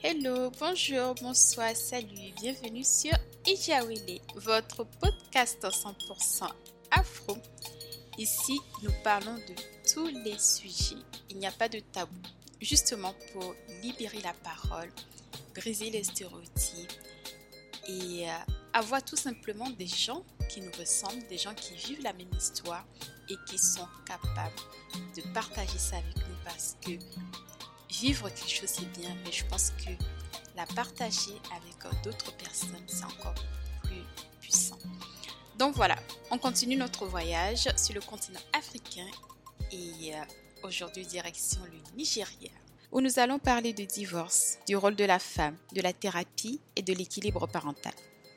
Hello, bonjour, bonsoir, salut, bienvenue sur Idiawele, votre podcast 100% afro. Ici, nous parlons de tous les sujets. Il n'y a pas de tabou, justement pour libérer la parole, briser les stéréotypes et avoir tout simplement des gens qui nous ressemblent, des gens qui vivent la même histoire et qui sont capables de partager ça avec nous parce que vivre quelque chose c'est bien, mais je pense que la partager avec d'autres personnes c'est encore plus puissant. Donc voilà, on continue notre voyage sur le continent africain et aujourd'hui direction le Nigeria où nous allons parler de divorce, du rôle de la femme, de la thérapie et de l'équilibre parental.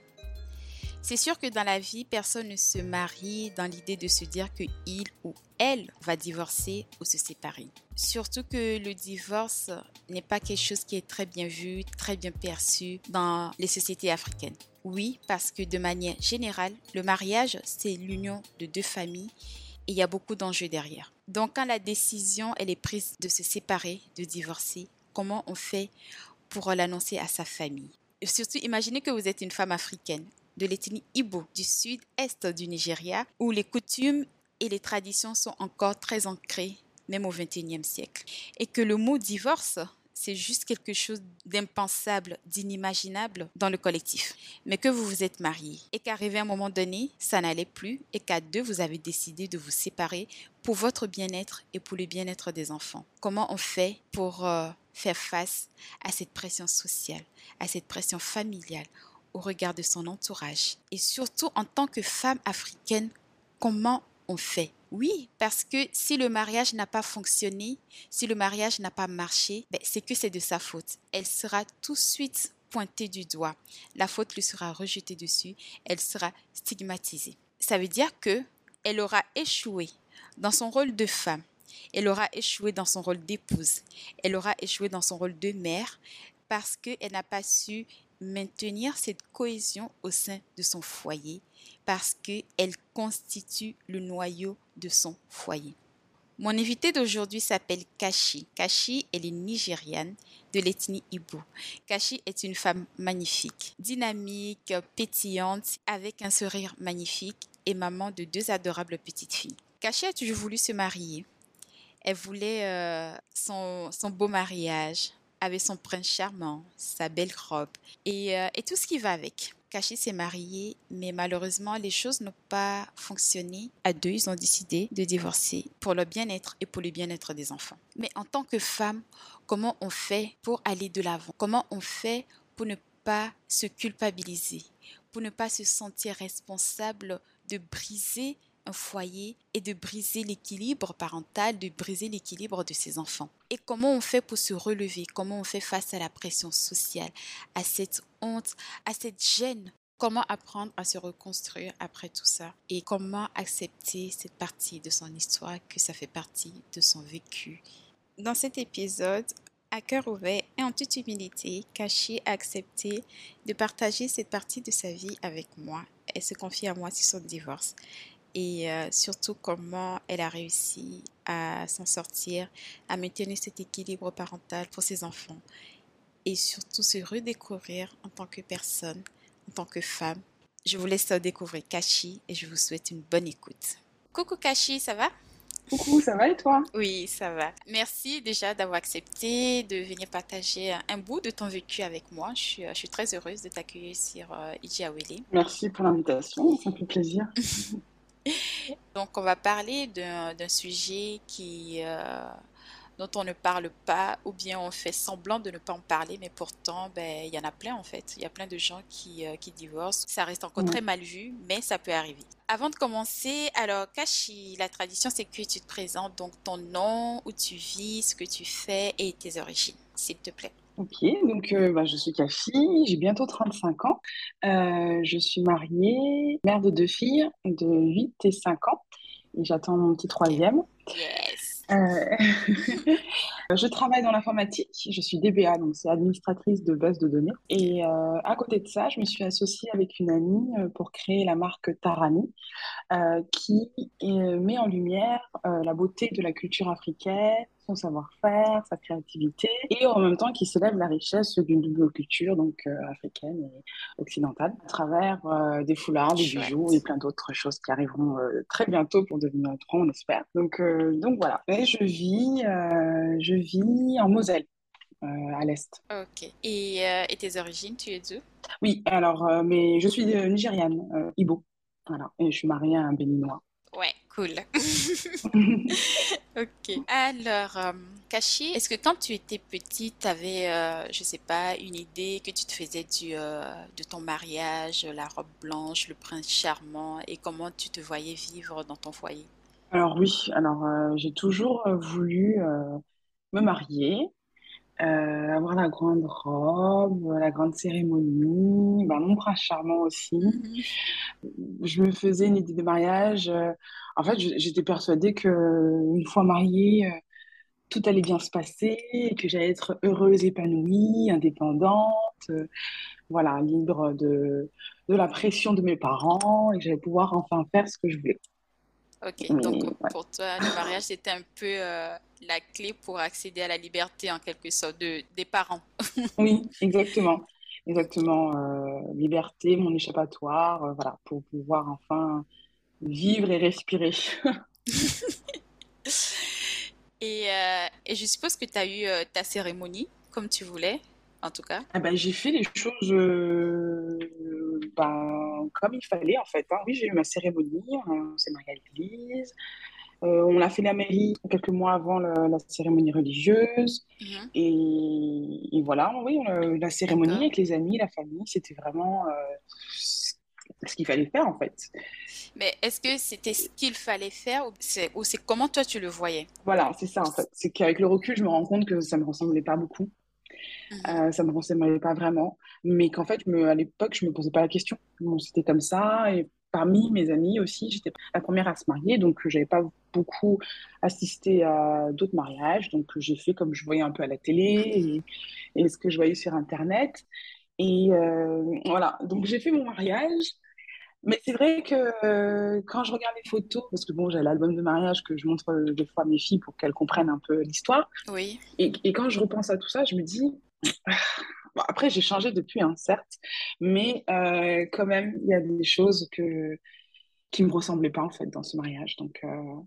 C'est sûr que dans la vie, personne ne se marie dans l'idée de se dire que il ou elle va divorcer ou se séparer. Surtout que le divorce n'est pas quelque chose qui est très bien vu, très bien perçu dans les sociétés africaines. Oui, parce que de manière générale, le mariage, c'est l'union de deux familles et il y a beaucoup d'enjeux derrière. Donc quand la décision elle est prise de se séparer, de divorcer, comment on fait pour l'annoncer à sa famille? Et surtout, imaginez que vous êtes une femme africaine de l'ethnie Igbo du sud-est du Nigeria, où les coutumes et les traditions sont encore très ancrées, même au XXIe siècle. Et que le mot divorce, c'est juste quelque chose d'impensable, d'inimaginable dans le collectif. Mais que vous vous êtes mariés et qu'arrivé à un moment donné, ça n'allait plus et qu'à deux, vous avez décidé de vous séparer pour votre bien-être et pour le bien-être des enfants. Comment on fait pour faire face à cette pression sociale, à cette pression familiale, au regard de son entourage? Et surtout, en tant que femme africaine, comment on fait? Oui, parce que si le mariage n'a pas fonctionné, si le mariage n'a pas marché, c'est que c'est de sa faute. Elle sera tout de suite pointée du doigt. La faute lui sera rejetée dessus. Elle sera stigmatisée. Ça veut dire que elle aura échoué dans son rôle de femme. Elle aura échoué dans son rôle d'épouse. Elle aura échoué dans son rôle de mère parce qu'elle n'a pas su maintenir cette cohésion au sein de son foyer parce qu'elle constitue le noyau de son foyer. Mon invitée d'aujourd'hui s'appelle Kachi. Kachi, elle est nigériane de l'ethnie Igbo. Kachi est une femme magnifique, dynamique, pétillante, avec un sourire magnifique et maman de deux adorables petites filles. Kachi a toujours voulu se marier. Elle voulait son beau mariage avec son prince charmant, sa belle robe et tout ce qui va avec. Kachi s'est mariée, mais malheureusement, les choses n'ont pas fonctionné. À deux, ils ont décidé de divorcer pour leur bien-être et pour le bien-être des enfants. Mais en tant que femme, comment on fait pour aller de l'avant? Comment on fait pour ne pas se culpabiliser, pour ne pas se sentir responsable de briser un foyer et de briser l'équilibre parental, de briser l'équilibre de ses enfants? Et comment on fait pour se relever? Comment on fait face à la pression sociale, à cette honte, à cette gêne? Comment apprendre à se reconstruire après tout ça? Et comment accepter cette partie de son histoire, que ça fait partie de son vécu? Dans cet épisode, à cœur ouvert et en toute humilité, Kachi a accepté de partager cette partie de sa vie avec moi. Elle se confie à moi sur son divorce. Et surtout comment elle a réussi à s'en sortir, à maintenir cet équilibre parental pour ses enfants et surtout se redécouvrir en tant que personne, en tant que femme. Je vous laisse découvrir Kachi et je vous souhaite une bonne écoute. Coucou Kachi, ça va? Coucou, ça va et toi? Oui, ça va. Merci déjà d'avoir accepté de venir partager un bout de ton vécu avec moi. Je suis très heureuse de t'accueillir sur Idiawele. Merci pour l'invitation, ça me fait plaisir. Donc, on va parler d'un sujet dont on ne parle pas ou bien on fait semblant de ne pas en parler, mais pourtant, il y en a plein en fait. Il y a plein de gens qui divorcent. Ça reste encore Ouais. très mal vu, mais ça peut arriver. Avant de commencer, alors, Kachi, la tradition, c'est que tu te présentes donc ton nom, où tu vis, ce que tu fais et tes origines, s'il te plaît. Ok, donc je suis Kafi, j'ai bientôt 35 ans. Je suis mariée, mère de deux filles de 8 et 5 ans, et j'attends mon petit Ok. troisième. Yes. Euh, je travaille dans l'informatique, je suis DBA, donc c'est administratrice de base de données. Et à côté de ça, je me suis associée avec une amie pour créer la marque Tarani, qui met en lumière la beauté de la culture africaine son savoir-faire, sa créativité, et en même temps qui célèbre la richesse d'une double culture, donc africaine et occidentale, à travers des foulards, des bijoux et Chouette. plein d'autres choses qui arriveront très bientôt pour devenir grand, on espère. Donc voilà. Et je vis en Moselle, à l'est. Ok. Et tes origines, tu es d'où? Oui, alors, mais je suis nigériane, Ibo. Voilà, et je suis mariée à un Béninois. Ouais, cool. Ok. Alors, Kachi, est-ce que quand tu étais petite, tu avais, je sais pas, une idée que tu te faisais de ton mariage, la robe blanche, le prince charmant, et comment tu te voyais vivre dans ton foyer? Alors oui, alors j'ai toujours voulu me marier, avoir la grande robe, la grande cérémonie, ben, mon prince charmant aussi. Mhm. Je me faisais une idée de mariage. En fait, j'étais persuadée que une fois mariée, tout allait bien se passer, et que j'allais être heureuse, épanouie, indépendante, voilà, libre de la pression de mes parents, et que j'allais pouvoir enfin faire ce que je voulais. Ok, donc Mais ouais. pour toi, le mariage, c'était un peu la clé pour accéder à la liberté, en quelque sorte, des parents. Oui, exactement. Ok. Exactement. Liberté, mon échappatoire, voilà, pour pouvoir enfin vivre et respirer. Et je suppose que tu as eu ta cérémonie, comme tu voulais, en tout cas. Ah ben, j'ai fait les choses ben, comme il fallait, en fait, hein. Oui, j'ai eu ma cérémonie, on s'est marié à l'église. On a fait la mairie quelques mois avant la cérémonie religieuse. Mhm. Et voilà, oui, la cérémonie D'accord. avec les amis, la famille, c'était vraiment ce qu'il fallait faire, en fait. Mais est-ce que c'était ce qu'il fallait faire ou c'est comment toi tu le voyais? Voilà, c'est ça, en fait. C'est qu'avec le recul, je me rends compte que ça me ressemblait pas beaucoup. Mhm. Ça me ressemblait pas vraiment. Mais qu'en fait, à l'époque, je me posais pas la question. Bon, c'était comme ça. Et parmi mes amis aussi, j'étais la première à se marier. Donc, j'avais pas beaucoup assisté à d'autres mariages. Donc, j'ai fait comme je voyais un peu à la télé et ce que je voyais sur Internet. Et voilà. Donc, j'ai fait mon mariage. Mais c'est vrai que quand je regarde les photos, parce que bon, j'ai l'album de mariage que je montre des fois à mes filles pour qu'elles comprennent un peu l'histoire. Oui. Et quand je repense à tout ça, je me dis, bon, après j'ai changé depuis, hein, certes, mais quand même, il y a des choses qui me ressemblaient pas en fait dans ce mariage. Donc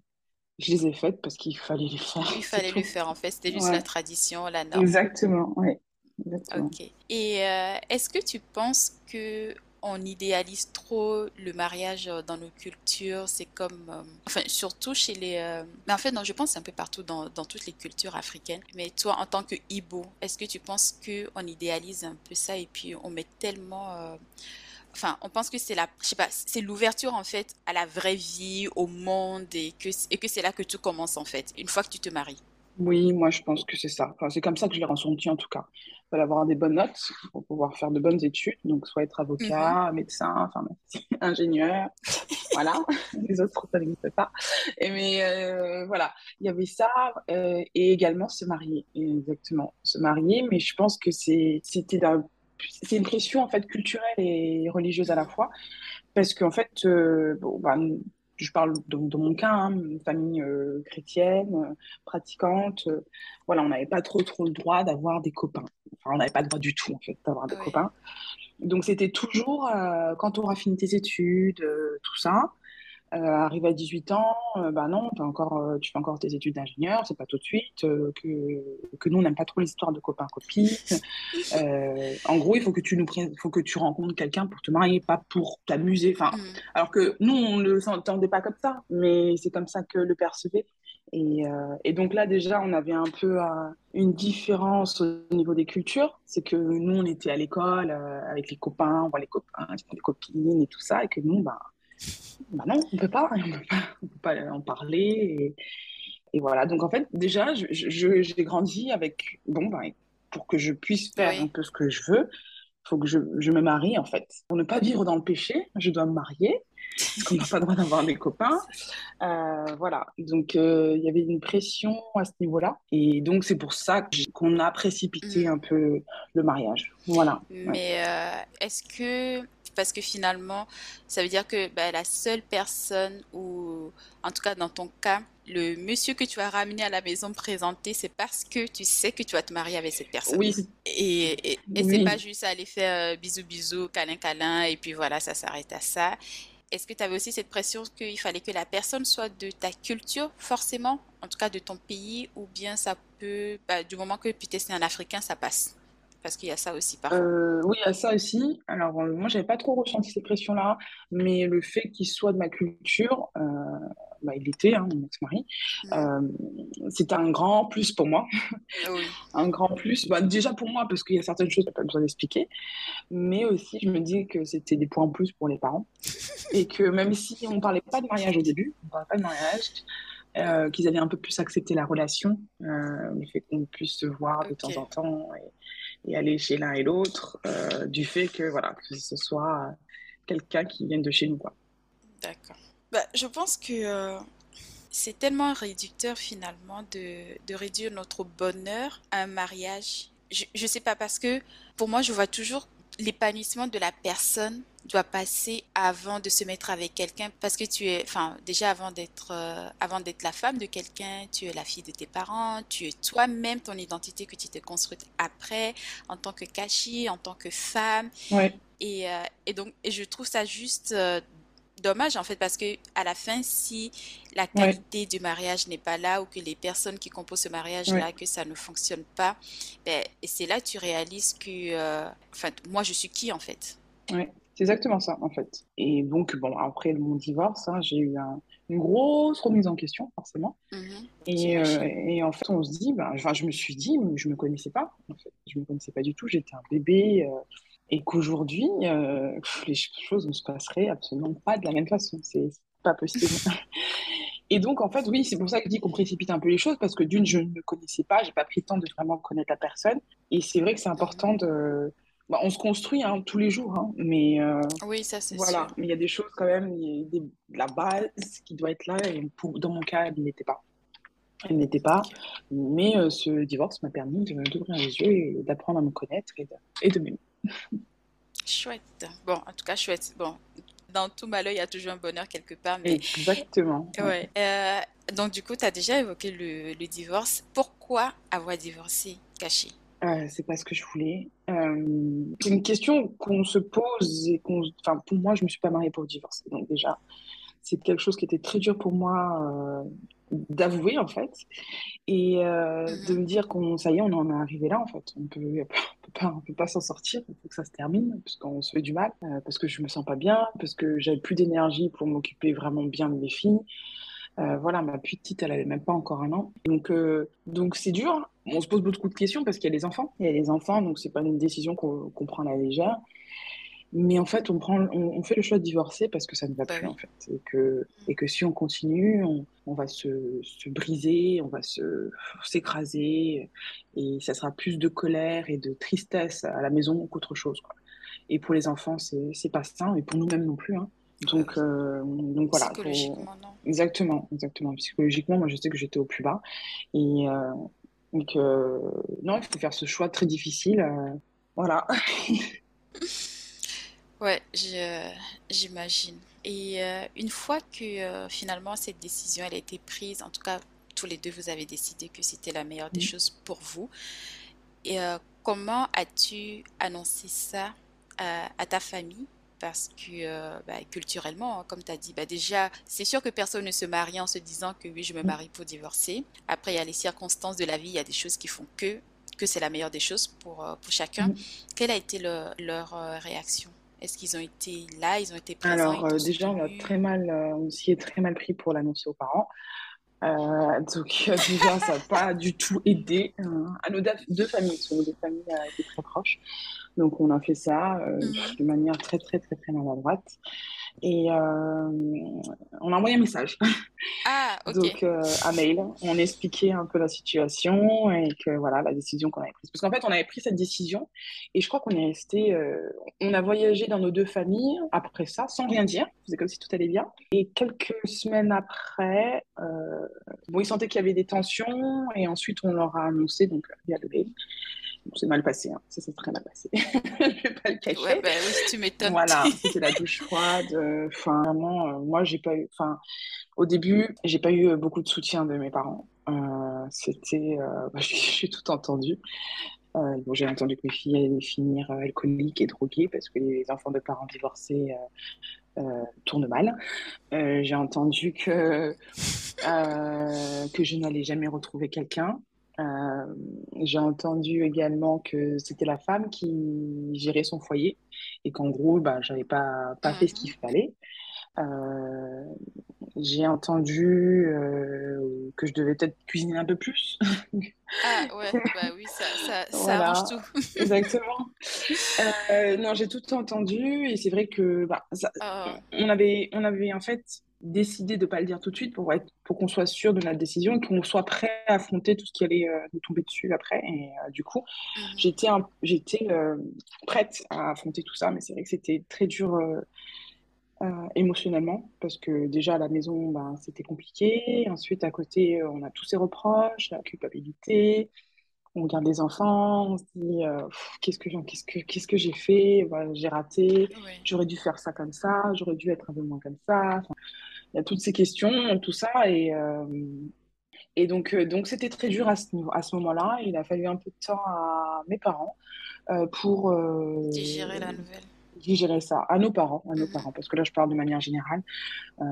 je les ai faites parce qu'il fallait les faire, Il c'est fallait le tout. faire en fait, c'était juste la Ouais, tradition, la norme. exactement, ouais, exactement. Ok. Et est-ce que tu penses que on idéalise trop le mariage dans nos cultures? C'est comme, enfin, surtout chez mais en fait, non, je pense que c'est un peu partout dans toutes les cultures africaines. Mais toi, en tant que Igbo, est-ce que tu penses que on idéalise un peu ça et puis on met tellement, enfin, on pense que c'est je sais pas, c'est l'ouverture en fait à la vraie vie, au monde et que c'est là que tout commence en fait, une fois que tu te maries. Oui, moi je pense que c'est ça. Enfin, c'est comme ça que je l'ai ressenti en tout cas. Il fallait avoir des bonnes notes pour pouvoir faire de bonnes études, donc soit être Mhm. avocat, médecin, pharmacien, ingénieur. Voilà, les autres, ça n'existe pas. Mais voilà, il y avait ça et également se marier, exactement, se marier. Mais je pense que c'est une pression en fait culturelle et religieuse à la Mhm. fois, parce qu'en fait, bon, bah, je parle de mon cas, hein, une famille chrétienne, pratiquante. Voilà, on n'avait pas trop le droit d'avoir des copains. Enfin, on n'avait pas le droit du tout en fait d'avoir des Oui. copains. Donc c'était toujours quand on aura fini tes études, tout ça. Arrivé à 18 ans, bah non, tu fais encore tes études d'ingénieur, c'est pas tout de suite, que nous, on n'aime pas trop l'histoire de copains-copines. En gros, faut que tu rencontres quelqu'un pour te marier, pas pour t'amuser. Enfin, Mhm. alors que nous, on ne le s'entendait pas comme ça, mais c'est comme ça que le percevait. Et donc là, déjà, on avait un peu une différence au niveau des cultures. C'est que nous, on était à l'école avec les copains, on voit les copains, les copines et tout ça, et que nous, bah non, on peut pas, on peut pas en parler. Et voilà. Donc en fait, déjà, j'ai grandi avec, bon, bah, pour que je puisse faire un Oui. peu ce que je veux, il faut que je me marie en fait. Pour ne pas vivre dans le péché, je dois me marier, parce qu'on n'a pas le droit d'avoir des copains. Voilà. Donc il y avait une pression à ce niveau-là. Et donc c'est pour ça qu'on a précipité Mhm. un peu le mariage. Voilà. Ouais. Mais est-ce que, parce que finalement, ça veut dire que bah, la seule personne, ou en tout cas dans ton cas, le monsieur que tu as ramené à la maison présenter, c'est parce que tu sais que tu vas te marier avec cette personne. Oui, Et c'est pas oui. juste aller faire bisous bisous, câlin câlin, et puis voilà, ça s'arrête à ça. Est-ce que tu avais aussi cette pression qu'il fallait que la personne soit de ta culture, forcément, en tout cas de ton pays, ou bien ça peut, bah, du moment que peut-être c'est un Africain, ça passe? Parce qu'il y a ça aussi parfois. Oui, il y a ça aussi. Alors, moi, j'avais pas trop ressenti ces pressions-là, mais le fait qu'il soit de ma culture, bah, il était, hein, mon ex-mari, Mhm. euh, c'était un grand plus pour moi. Oui, Un grand plus, bah, déjà pour moi, parce qu'il y a certaines choses que pas besoin d'expliquer, mais aussi, je me dis que c'était des points en plus pour les parents. Et que même si on parlait pas de mariage au début, on parlait pas de mariage, qu'ils allaient un peu plus accepter la relation, le fait qu'on puisse se voir de ok, temps en temps et aller chez l'un et l'autre, du fait que voilà, que ce soit quelqu'un qui vienne de chez nous, quoi. d'accord. Bah, je pense que c'est tellement réducteur finalement de réduire notre bonheur à un mariage. Je sais pas parce que pour moi je vois toujours l'épanouissement de la personne doit passer avant de se mettre avec quelqu'un parce que tu es, enfin déjà avant d'être la femme de quelqu'un, tu es la fille de tes parents, tu es toi-même ton identité que tu t'es construite après en tant que cachie, en tant que femme Ouais, et donc et je trouve ça juste dommage en fait parce que à la fin si la ouais, qualité du mariage n'est pas là ou que les personnes qui composent ce mariage ouais, là que ça ne fonctionne pas ben et c'est là que tu réalises que enfin moi je suis qui en fait. ouais. C'est exactement ça, en fait. Et donc, bon, après mon divorce, hein, j'ai eu une grosse remise en question, forcément. Mhm, j'imagine. Et en fait, on se dit, ben, enfin, je me suis dit, mais je me connaissais pas, en fait. Je me connaissais pas du tout, j'étais un bébé. Et qu'aujourd'hui, les choses ne se passeraient absolument pas de la même façon. C'est pas possible. Et donc, en fait, oui, c'est pour ça que je dis qu'on précipite un peu les choses, parce que d'une, je ne me connaissais pas, j'ai pas pris le temps de vraiment connaître la personne. Et c'est vrai que c'est important Mhm. de. Bah, on se construit hein, tous les jours, hein, mais Oui, ça c'est sûr. voilà. Mais il y a des choses quand même, il y a la base qui doit être là, et dans mon cas, elle n'était pas. Elle n'était pas. Ok. Mais ce divorce m'a permis d'ouvrir les yeux et d'apprendre à me connaître et de m'aimer. Chouette. Bon, en tout cas chouette. Bon, dans tout malheur il y a toujours un bonheur quelque part mais Exactement. Ouais. ouais. Donc du coup tu as déjà évoqué le divorce. Pourquoi avoir divorcé, Caché? C'est pas ce que je voulais. C'est une question qu'on se pose et enfin, pour moi, je me suis pas mariée pour divorcer. Donc déjà, c'est quelque chose qui était très dur pour moi d'avouer en fait et de Mhm. me dire qu'on, ça y est, on en est arrivé là en fait. On peut pas s'en sortir. Il faut que ça se termine parce qu'on se fait du mal, parce que je me sens pas bien, parce que j'avais plus d'énergie pour m'occuper vraiment bien de mes filles. Voilà, ma petite, elle avait même pas encore un an. Donc c'est dur, hein. On se pose beaucoup de questions parce qu'il y a les enfants. Il y a les enfants, donc c'est pas une décision qu'on prend à la légère. Mais en fait, on fait le choix de divorcer parce que ça ne va Bah plus, en oui. fait. Et que si on continue, on va se briser, on va s'écraser. Et ça sera plus de colère et de tristesse à la maison qu'autre chose, quoi. Et pour les enfants, c'est pas sain, et pour nous-mêmes non plus, hein. Bah oui. Donc voilà, Psychologiquement, non. exactement, exactement. Psychologiquement, moi, je sais que j'étais au plus bas. Et donc, non, il faut faire ce choix très difficile. Voilà. Ouais, j'imagine. Et une fois que finalement cette décision elle a été prise, en tout cas tous les deux vous avez décidé que c'était la meilleure des choses pour vous. Et comment as-tu annoncé ça à ta famille? Parce que bah, culturellement, hein, comme tu as dit, bah, déjà, c'est sûr que personne ne se marie en se disant que oui, je me marie pour divorcer. Après, il y a les circonstances de la vie, il y a des choses qui font que c'est la meilleure des choses pour chacun. Quelle a été leur réaction? Est-ce qu'ils ont été là, ils ont été présents, ils Alors, t'ont déjà, soutenu? on s'y est très mal pris pour l'annoncer aux parents. Déjà, ça n'a pas du tout aidé à nos deux familles, parce que nos deux familles étaient très proches. Donc, on a fait ça Mhm. de manière très, très, très, très maladroite. Et on a envoyé un message, Ah, ok. donc un mail. On expliquait un peu la situation et que voilà, la décision qu'on avait prise. Parce qu'en fait, on avait pris cette décision et je crois qu'on est resté, on a voyagé dans nos deux familles après ça sans rien dire. C'est comme si tout allait bien. Et quelques semaines après, bon, ils sentaient qu'il y avait des tensions et ensuite on leur a annoncé donc via le mail. Bon, c'est mal passé, hein. Ça s'est très mal passé. Je vais pas le Ouais, cacher. bah oui, tu m'étonnes. Voilà, c'était la douche froide. Enfin, vraiment, moi, j'ai pas eu. Enfin, au début, j'ai pas eu beaucoup de soutien de mes parents. J'ai tout entendu. Bon, j'ai entendu que mes filles allaient finir alcooliques et droguées parce que les enfants de parents divorcés tournent mal. J'ai entendu que je n'allais jamais retrouver quelqu'un. Euh, j'ai entendu également que c'était la femme qui gérait son foyer et qu'en gros, bah, j'avais pas fait ce qu'il Mhm. fallait. Euh, j'ai entendu que je devais peut-être cuisiner un peu plus. Ah ouais, bah oui, ça arrange Voilà, tout. exactement. Non, j'ai tout entendu et c'est vrai que bah, Oh, on avait en fait décidé de pas le dire tout de suite pour qu'on soit sûr de notre décision et qu'on soit prêt à affronter tout ce qui allait nous tomber dessus après. Et du coup, mhm. j'étais prête à affronter tout ça, mais c'est vrai que c'était très dur émotionnellement parce que déjà à la maison, ben, c'était compliqué. Ensuite, à côté, on a tous ces reproches, la culpabilité. On regarde les enfants, on se dit qu'est-ce que j'ai fait? Voilà, j'ai raté, Ouais. j'aurais dû faire ça comme ça, j'aurais dû être un peu moins comme ça. Enfin, il y a toutes ces questions, tout ça, et donc c'était très dur à ce moment-là. Il a fallu un peu de temps à mes parents pour Digérer la nouvelle. digérer ça, à nos Mhm. parents, parce que là je parle de manière générale. Euh,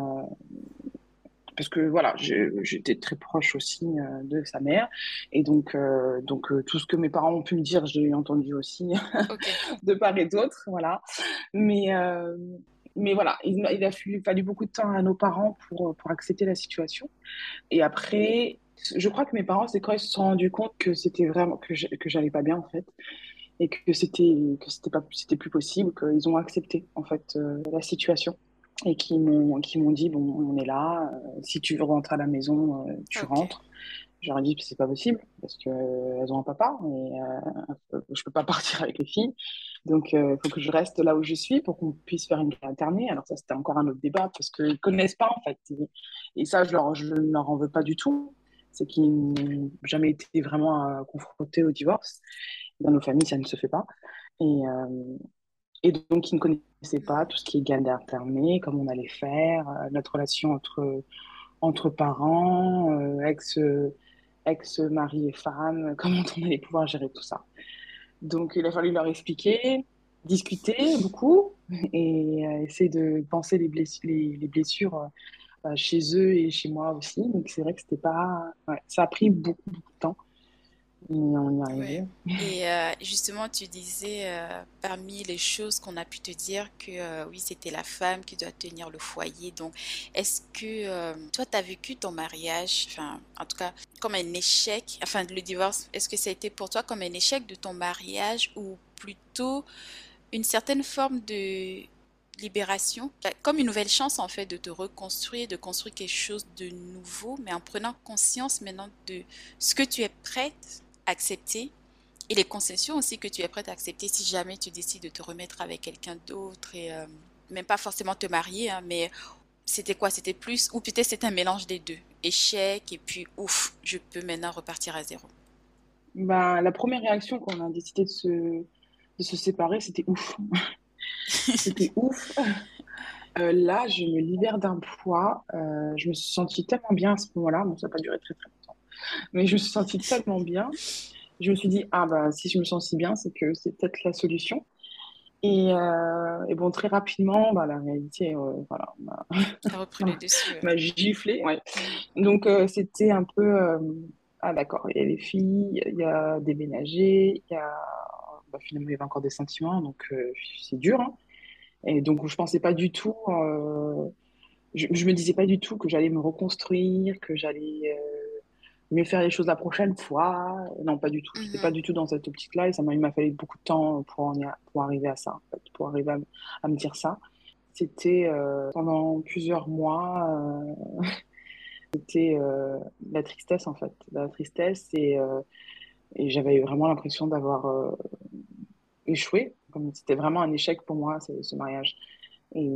parce que voilà, j'étais très proche aussi de sa mère. Et donc tout ce que mes parents ont pu me dire, j'ai entendu aussi Ok. de part et d'autre. Voilà. Mais, euh, mais voilà, il a fallu beaucoup de temps à nos parents pour accepter la situation. Et après, je crois que mes parents, c'est quand ils se sont rendus compte que c'était vraiment, que j'allais pas bien, en fait. Et que c'était plus possible, qu'ils ont accepté, en fait, la situation et qui m'ont dit, bon, on est là, si tu veux rentrer à la maison, tu Ok. rentres. J'aurais dit, c'est pas possible, parce que elles ont un papa, et je peux pas partir avec les filles. Donc, il faut que je reste là où je suis pour qu'on puisse faire une garde alternée. Alors ça, c'était encore un autre débat, parce qu'ils connaissent pas, en fait. Et ça, je ne leur en veux pas du tout. C'est qu'ils n'ont jamais été vraiment confrontés au divorce. Dans nos familles, ça ne se fait pas. Et donc, ils ne connaissaient pas Mhm. tout ce qui est garde alternée, comment on allait faire, notre relation entre parents, ex-mari et femme, comment on allait pouvoir gérer tout ça. Donc, il a fallu leur expliquer, discuter beaucoup et essayer de penser les blessures chez eux et chez moi aussi. Donc, c'est vrai que c'était pas. Ouais, ça a pris beaucoup, beaucoup de temps, mais on y est Ouais. arrivé. Et justement, tu disais, parmi les choses qu'on a pu te dire que oui, c'était la femme qui doit tenir le foyer. Donc, est-ce que toi, tu as vécu ton mariage, enfin, en tout cas, comme un échec, enfin, le divorce, est-ce que ça a été pour toi comme un échec de ton mariage ou plutôt une certaine forme de libération, bah, comme une nouvelle chance en fait de te reconstruire, de construire quelque chose de nouveau, mais en prenant conscience maintenant de ce que tu es prête à accepter et les concessions aussi que tu es prête à accepter si jamais tu décides de te remettre avec quelqu'un d'autre et même pas forcément te marier, hein, mais c'était quoi? C'était plus, ou peut-être c'est un mélange des deux. Échec et puis ouf, je peux maintenant repartir à zéro. Ben, la première réaction quand on a décidé de se séparer, c'était ouf. C'était ouf. Là, je me libère d'un poids. Je me suis sentie tellement bien à ce moment-là. Bon, ça n'a pas duré très très longtemps. Mais je me suis sentie tellement bien. Je me suis dit, ah bah si je me sens si bien, c'est que c'est peut-être la solution. Et bon, très rapidement, bah, la réalité, voilà, Ça a repris le dessus. m'a giflé. Ouais. Mhm. Donc, c'était un peu, ah d'accord, il y a les filles, il y a déménager, bah, finalement, il y avait encore des sentiments, donc c'est dur, hein. Et donc, je pensais pas du tout, je me disais pas du tout que j'allais me reconstruire, que j'allais mieux faire les choses la prochaine fois. Non, pas du tout. J'étais pas Mhm. du tout dans cette optique-là et il m'a fallu beaucoup de temps pour arriver à ça, en fait, pour arriver à me dire ça. C'était pendant plusieurs mois, c'était la tristesse en fait, la tristesse et j'avais vraiment l'impression d'avoir échoué, comme c'était vraiment un échec pour moi ce mariage.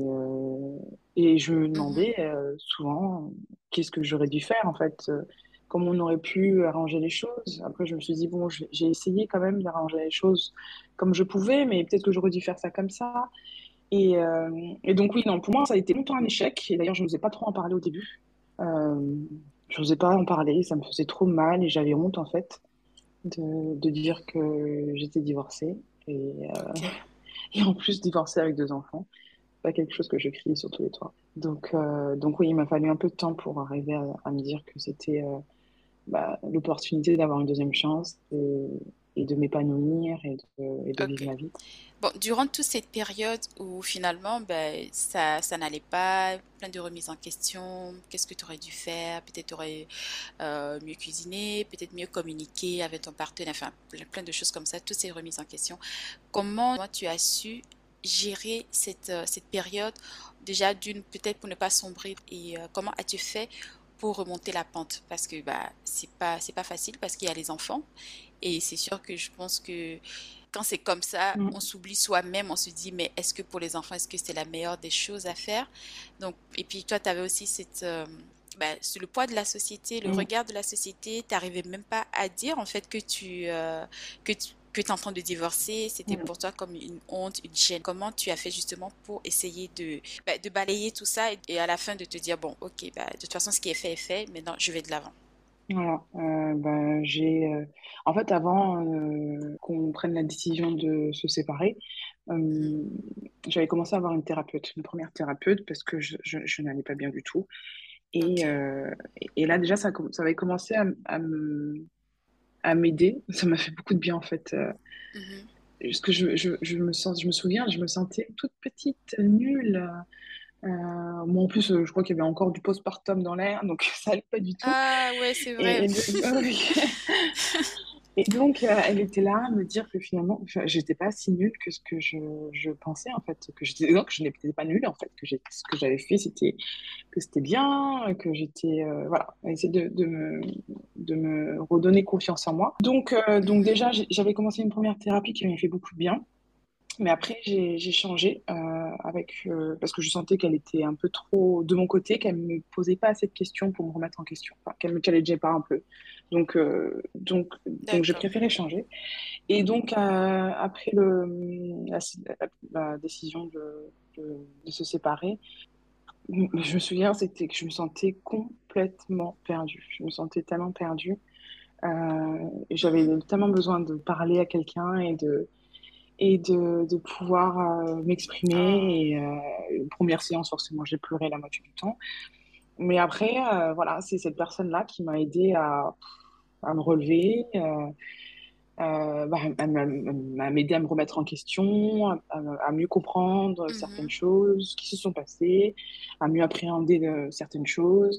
Et je me Mhm. demandais souvent qu'est-ce que j'aurais dû faire en fait comment on aurait pu arranger les choses. Après, je me suis dit, bon, j'ai essayé quand même d'arranger les choses comme je pouvais, mais peut-être que j'aurais dû faire ça comme ça. Et, euh, et donc, oui, non, pour moi, ça a été longtemps un échec. Et d'ailleurs, je n'osais pas trop en parler au début. Euh, je n'osais pas en parler, ça me faisait trop mal et j'avais honte, en fait, de dire que j'étais divorcée. Ok. Et en plus, divorcée avec deux enfants. Pas quelque chose que je crie sur tous les toits. Donc oui, il m'a fallu un peu de temps pour arriver à me dire que c'était l'opportunité d'avoir une deuxième chance et de m'épanouir et de vivre Ok. ma vie. Bon, durant toute cette période où finalement, ben, ça n'allait pas, plein de remises en question, qu'est-ce que tu aurais dû faire? Peut-être tu aurais mieux cuisiné, peut-être mieux communiquer avec ton partenaire, enfin, plein de choses comme ça, toutes ces remises en question. Comment toi, tu as su gérer cette période, déjà d'une, peut-être pour ne pas sombrer, et comment as-tu fait pour remonter la pente? Parce que bah, c'est pas facile parce qu'il y a les enfants. Et c'est sûr que je pense que quand c'est comme ça, on Mm, s'oublie soi-même, on se dit, mais est-ce que pour les enfants, est-ce que c'est la meilleure des choses à faire? Donc, et puis toi, tu avais aussi c'est le poids de la société, le mm, regard de la société, tu n'arrivais même pas à dire en fait que tu es en train de divorcer, c'était mm. pour toi comme une honte, une gêne. Comment tu as fait justement pour essayer de balayer tout ça et à la fin de te dire, bon, ok, bah, de toute façon, ce qui est fait, maintenant, je vais de l'avant. Voilà. En fait, avant qu'on prenne la décision de se séparer, Mhm. euh, j'avais commencé à avoir une première thérapeute, parce que je n'allais pas bien du tout. Ok. Et là, déjà, ça avait commencé à m'aider. Ça m'a fait beaucoup de bien, en fait. Mhm. Parce que je me souviens, je me sentais toute petite, nulle. Moi, en plus, je crois qu'il y avait encore du postpartum dans l'air, donc ça allait pas du tout. Ah ouais, c'est vrai. Et, et de- Et donc, elle était là à me dire que finalement, enfin, j'étais pas si nulle que ce que je pensais, en fait. Non, que je n'étais pas nulle, en fait. Ce que j'avais fait, que c'était bien, que j'étais. Voilà, à essayer de me redonner confiance en moi. Donc Mhm. déjà, j'avais commencé une première thérapie qui m'avait fait beaucoup de bien. Mais après, j'ai changé parce que je sentais qu'elle était un peu trop de mon côté, qu'elle me posait pas assez de questions pour me remettre en question, enfin, qu'elle me challengeait pas un peu. Donc j'ai D'accord. préféré changer. Et donc, après la décision de se séparer, je me souviens, c'était que je me sentais complètement perdue. Je me sentais tellement perdue. Et j'avais Mhm. tellement besoin de parler à quelqu'un et de pouvoir Oh, m'exprimer. Première séance, forcément, j'ai pleuré la moitié du temps. Mais après, voilà, c'est cette personne-là qui m'a aidé à me relever, à m'aider à me remettre en question, à mieux comprendre certaines mhm. choses qui se sont passées, à mieux appréhender certaines choses.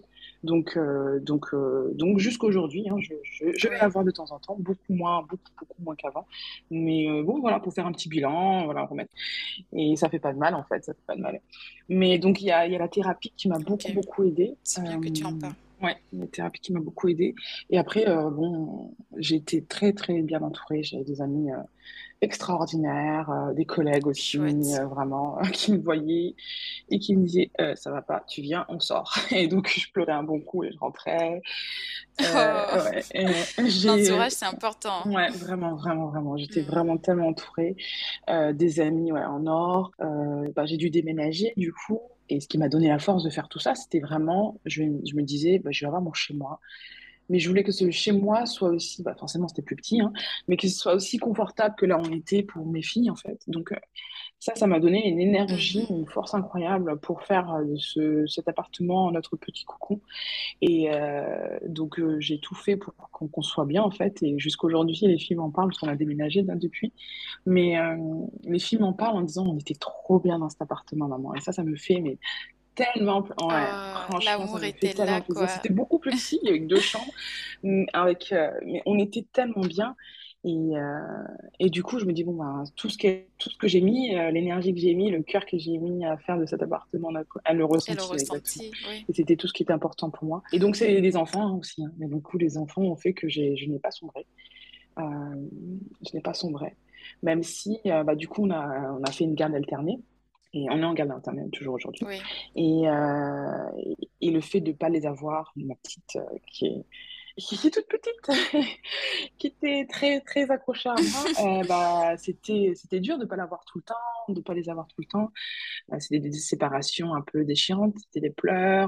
Donc jusqu'à aujourd'hui, hein, je vais la Ouais. voir de temps en temps, beaucoup moins qu'avant. Mais bon, voilà, pour faire un petit bilan, voilà, remettre. Et ça fait pas de mal, en fait, ça fait pas de mal. Mais donc, il y a la thérapie qui m'a Ok. beaucoup, beaucoup aidée. C'est bien que tu en parles. Ouais, la thérapie qui m'a beaucoup aidée. Et après, bon, j'ai été très, très bien entourée. J'avais des amis extraordinaires, des collègues aussi, Chouette. vraiment, qui me voyaient et qui me disaient, ça va pas, tu viens, on sort. Et donc, je pleurais un bon coup et je rentrais. Oh, Ouais, et l'entourage, c'est important. ouais, vraiment, vraiment, vraiment, j'étais Hmm. vraiment tellement entourée. Des amis, ouais, en or. J'ai dû déménager du coup. Et ce qui m'a donné la force de faire tout ça, c'était vraiment, je me disais, je vais avoir mon chez moi. Mais je voulais que ce chez moi soit aussi, forcément c'était plus petit, hein, mais que ce soit aussi confortable que là on était pour mes filles en fait. Donc ça m'a donné une énergie, Mhm. une force incroyable pour faire de cet appartement notre petit cocon. Et donc, j'ai tout fait pour qu'on soit bien, en fait. Et jusqu'aujourd'hui, les filles m'en parlent, parce qu'on a déménagé là, depuis. Mais les filles m'en parlent en disant, on était trop bien dans cet appartement, maman. Et ça me fait, mais tellement, ouais, Oh, franchement, ça l'amour me fait était là, tellement plaisir. quoi. C'était beaucoup plus petit, avec deux chambres, mais on était tellement bien. Et du coup, je me dis, bon, tout ce que j'ai mis, l'énergie que j'ai mis, le cœur que j'ai mis à faire de cet appartement, elle le Et le ressentit exactement. ressenti, oui. Et c'était tout ce qui était important pour moi. Et donc, c'est les enfants hein, aussi. Hein. Et du coup, les enfants ont fait que je n'ai pas sombré. Euh, je n'ai pas sombré. Même si, du coup, on a fait une garde alternée. Et on est en garde alternée toujours aujourd'hui. Oui. Et le fait de ne pas les avoir, ma petite, qui est qui est toute petite, qui était très, très accrochée à moi, bah, c'était dur de pas l'avoir tout le temps, de pas les avoir tout le temps. C'était des séparations un peu déchirantes, c'était des pleurs.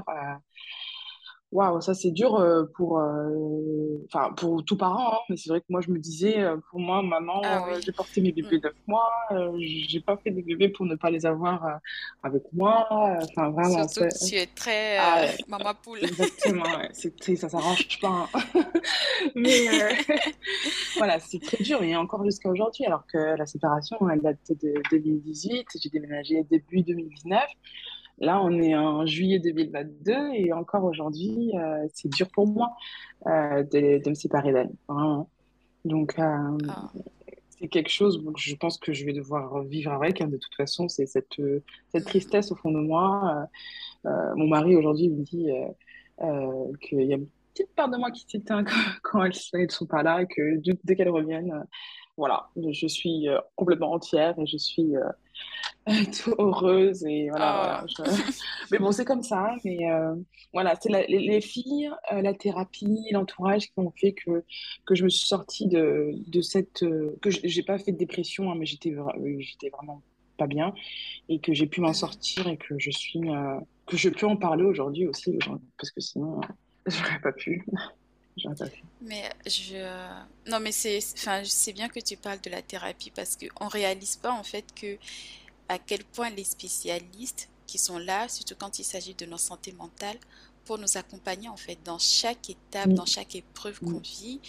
Waouh, ça c'est dur enfin, pour tout parent, hein, mais c'est vrai que moi je me disais, pour moi, Ah maman, oui. j'ai porté mes Mm. bébés 9 mois, j'ai pas fait des bébés pour ne pas les avoir avec moi, enfin vraiment, Surtout que tu es ah, très ouais, maman poule. exactement, ouais, ça s'arrange pas, hein. Mais voilà, c'est très dur, et encore jusqu'à aujourd'hui, alors que la séparation, elle date de 2018, j'ai déménagé début 2019. Là, on est en juillet 2022 et encore aujourd'hui, c'est dur pour moi de me séparer d'elle, vraiment. Donc, Ah, c'est quelque chose que je pense que je vais devoir vivre avec, hein. De toute façon, c'est cette mm, tristesse au fond de moi. Mon mari, aujourd'hui, me dit qu'il y a une petite part de moi qui s'éteint quand elles ne sont pas là et que dès qu'elles reviennent, voilà, je suis complètement entière et je suis tout heureuse et voilà, voilà. oh, Mais bon, c'est comme ça. Mais voilà, c'est les filles, la thérapie, l'entourage qui ont fait que je me suis sortie de cette... que j'ai pas fait de dépression, hein, mais j'étais vraiment pas bien et que j'ai pu m'en mhm. sortir et que que je peux en parler aujourd'hui aussi, parce que sinon, j'aurais pas pu. J'aurais pas pu. Mais non, mais enfin, c'est bien que tu parles de la thérapie parce qu'on réalise pas en fait que à quel point les spécialistes qui sont là, surtout quand il s'agit de notre santé mentale, pour nous accompagner en fait dans chaque étape, dans Mm, chaque épreuve qu'on mm, vit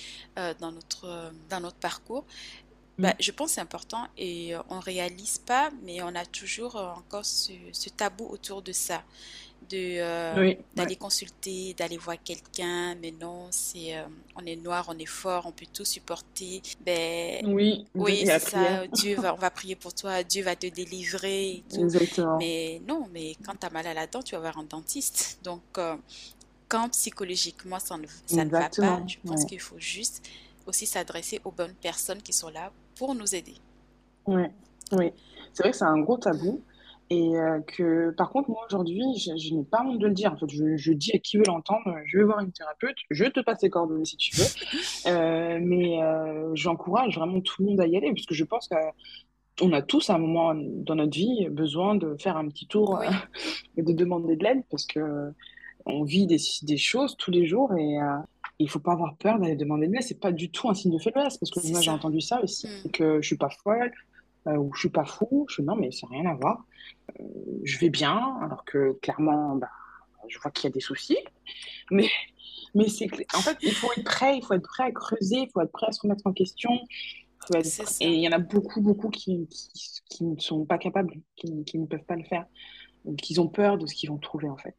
dans notre parcours. Bah, mm. je pense que c'est important et on réalise pas, mais on a toujours encore ce tabou autour de ça, Oui, ouais. d'aller consulter, d'aller voir quelqu'un, mais non, on est noir, on est fort, on peut tout supporter. Ben, Oui, oui, et c'est la prière. ça, on va prier pour toi, Dieu va te délivrer et tout. Exactement. Mais non, mais quand tu as mal à la dent, tu vas voir un dentiste. Donc, quand psychologiquement ça ne va pas, Exactement. je pense Ouais. qu'il faut juste aussi s'adresser aux bonnes personnes qui sont là pour nous aider. Ouais, oui. C'est vrai que c'est un gros Mm. tabou et que par contre moi aujourd'hui je n'ai pas honte de le dire. En fait, je dis à qui veut l'entendre, je vais voir une thérapeute, je te passe ses coordonnées si tu veux. Mais j'encourage vraiment tout le monde à y aller parce que je pense qu'on a tous à un moment dans notre vie besoin de faire un petit tour Oui, et de demander de l'aide parce que on vit des choses tous les jours et il faut pas avoir peur d'aller demander de l'aide. C'est pas du tout un signe de faiblesse parce que c'est moi j'ai ça. entendu ça aussi, Mm. que je suis pas folle ou je suis pas fou. Non, mais ça n'a rien à voir. Je vais bien, alors que clairement, bah, je vois qu'il y a des soucis. Mais, en fait, il faut être prêt à creuser, il faut être prêt à se remettre en question. C'est Et ça. il y en a beaucoup, beaucoup qui ne sont pas capables, qui ne peuvent pas le faire, ou qui ont peur de ce qu'ils vont trouver, en fait.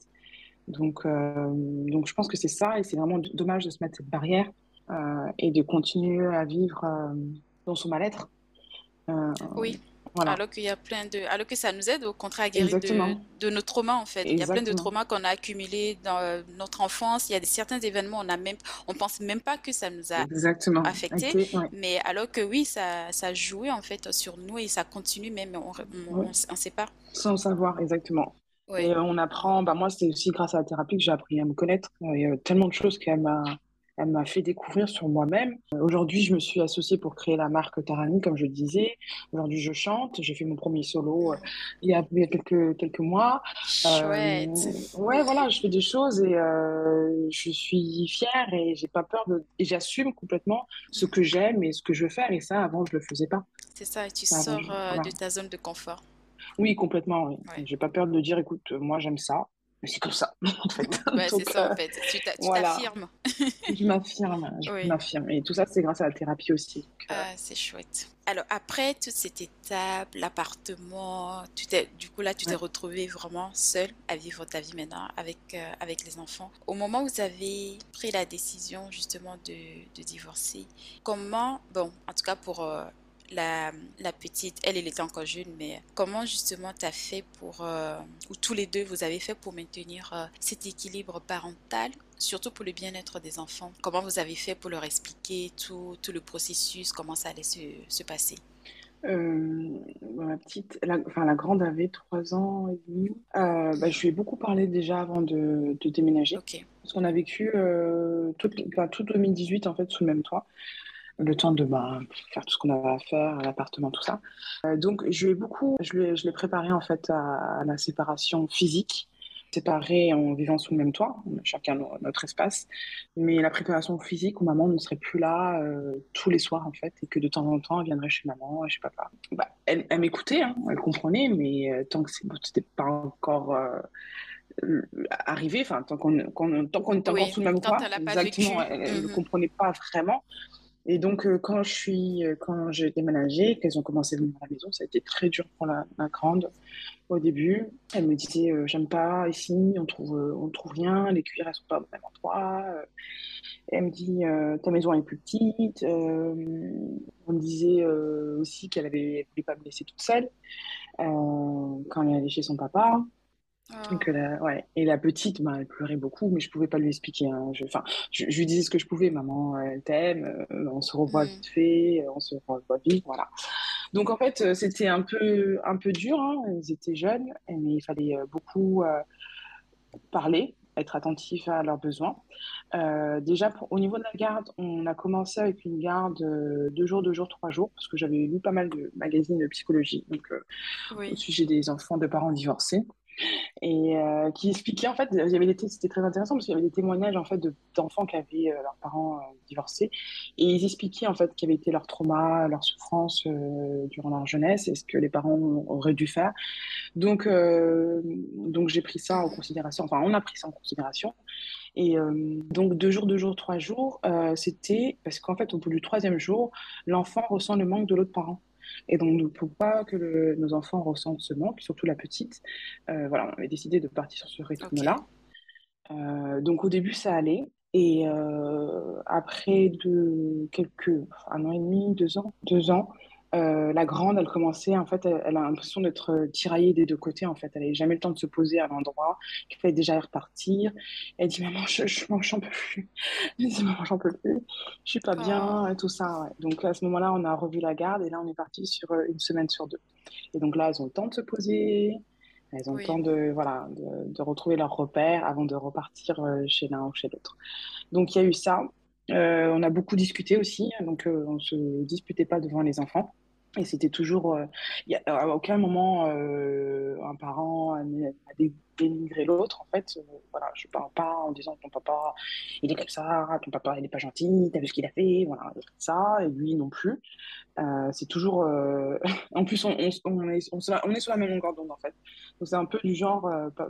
Donc je pense que c'est ça, et c'est vraiment dommage de se mettre cette barrière et de continuer à vivre dans son mal-être. Euh, Oui. voilà, Alors qu'il y a alors que ça nous aide au contraire à guérir exactement. de nos traumas en fait. Il y a plein de Exactement. traumas qu'on a accumulés dans notre enfance. Il y a certains événements, on pense même pas que ça nous a Exactement. affectés, Ok, ouais. mais alors que oui, ça a joué en fait sur nous et ça continue même, Ouais. on sait pas. Sans le savoir, exactement. Oui. Et on apprend, bah moi, c'est aussi grâce à la thérapie que j'ai appris à me connaître. Il y a tellement de choses elle m'a fait découvrir sur moi-même. Aujourd'hui, je me suis associée pour créer la marque Tarani, comme je le disais. Aujourd'hui, je chante. J'ai fait mon premier solo il y a quelques mois. Chouette. Ouais, voilà, je fais des choses et je suis fière et j'ai pas peur et j'assume complètement ce que Mhm. j'aime et ce que je veux faire. Et ça, avant, je le faisais pas. C'est ça, et tu Avant, sors de voilà. ta zone de confort. Oui, complètement, oui. Ouais. J'ai pas peur de dire, écoute, moi j'aime ça, mais c'est comme ça, en fait. Ouais, c'est Donc ça en fait. Tu voilà, t'affirmes. je Oui. m'affirme. Et tout ça, c'est grâce à la thérapie aussi. Ah, c'est chouette. Alors, après toute cette étape, l'appartement, du coup, là, tu t'es Ouais. retrouvée vraiment seule à vivre ta vie maintenant avec les enfants. Au moment où vous avez pris la décision, justement, de divorcer, comment, bon, en tout cas pour la petite, elle était encore jeune, mais comment, justement, t'as fait ou tous les deux, vous avez fait pour maintenir cet équilibre parental surtout pour le bien-être des enfants. Comment vous avez fait pour leur expliquer tout le processus, comment ça allait se passer? Ma petite, enfin, la grande avait 3 ans et demi. Je lui ai beaucoup parlé déjà avant de déménager. Ok. Parce qu'on a vécu tout 2018 en fait sous le même toit. Le temps de faire tout ce qu'on avait à faire, à l'appartement, tout ça. Donc je l'ai préparé en fait à la séparation physique, séparés en vivant sous le même toit, on a chacun notre espace, mais la préparation physique où maman ne serait plus là tous les soirs en fait, et que de temps en temps elle viendrait chez maman et chez papa. Elle m'écoutait, hein, elle comprenait, mais tant que c'était pas encore arrivé, enfin tant qu'on était encore Oui, sous le même quand toit, elle n'a pas exactement, vécu. elle ne Mhm. comprenait pas vraiment. Et donc, quand j'ai déménagé, qu'elles ont commencé à venir à la maison, ça a été très dur pour la grande au début. Elle me disait, j'aime pas ici, on trouve rien, les cuillères elles sont pas au même endroit. Elle me dit, ta maison est plus petite. On me disait aussi elle voulait pas me laisser toute seule quand elle allait chez son papa. Oh, Ouais. Et la petite, elle pleurait beaucoup, mais je pouvais pas lui expliquer, hein. Je lui disais ce que je pouvais. Maman, elle t'aime, on se revoit hmm. vite fait, on se revoit vite, voilà. Donc en fait, c'était un peu dur, hein. Ils étaient jeunes, mais il fallait beaucoup parler, être attentif à leurs besoins. Déjà, au niveau de la garde, on a commencé avec une garde 2 jours, 2 jours, 3 jours, parce que j'avais lu pas mal de magazines de psychologie, donc au Oui. sujet des enfants de parents divorcés et qui expliquait en fait, c'était très intéressant parce qu'il y avait des témoignages en fait d'enfants qui avaient leurs parents divorcés et ils expliquaient en fait quel était leur trauma, leur souffrance durant leur jeunesse et ce que les parents auraient dû faire. Donc, euh, donc j'ai pris ça en Mhm. considération, enfin on a pris ça en considération et donc 2 jours, 2 jours, 3 jours, c'était parce qu'en fait au bout du troisième jour, l'enfant ressent le manque de l'autre parent. Et donc, pour pas que nos enfants ressentent ce manque, surtout la petite, voilà, on avait décidé de partir sur ce Ok. rythme-là. Donc, au début, ça allait. Et après un an et demi, 2 ans, 2 ans, la grande, elle commençait, en fait, elle a l'impression d'être tiraillée des deux côtés, en fait. Elle n'avait jamais le temps de se poser à l'endroit, qu'il fallait déjà repartir. Elle dit, maman, j'en peux plus. Elle dit, maman, j'en peux plus. Je suis pas bien, Oh, et tout ça, ouais. Donc, à ce moment-là, on a revu la garde et là, on est parti sur une semaine sur deux. Et donc là, elles ont le temps de se poser, elles ont le oui. temps voilà, de retrouver leurs repères avant de repartir chez l'un ou chez l'autre. Donc il y a eu ça. On a beaucoup discuté aussi, donc on ne se disputait pas devant les enfants. Et c'était toujours, à aucun moment un parent a dénigré l'autre. En fait, voilà, je ne parle pas en disant ton papa il est comme ça, ton papa il n'est pas gentil, t'as vu ce qu'il a fait, voilà, ça, et lui non plus. C'est toujours. En plus, on est sur la même longueur d'onde, en fait. Donc, c'est un peu du genre,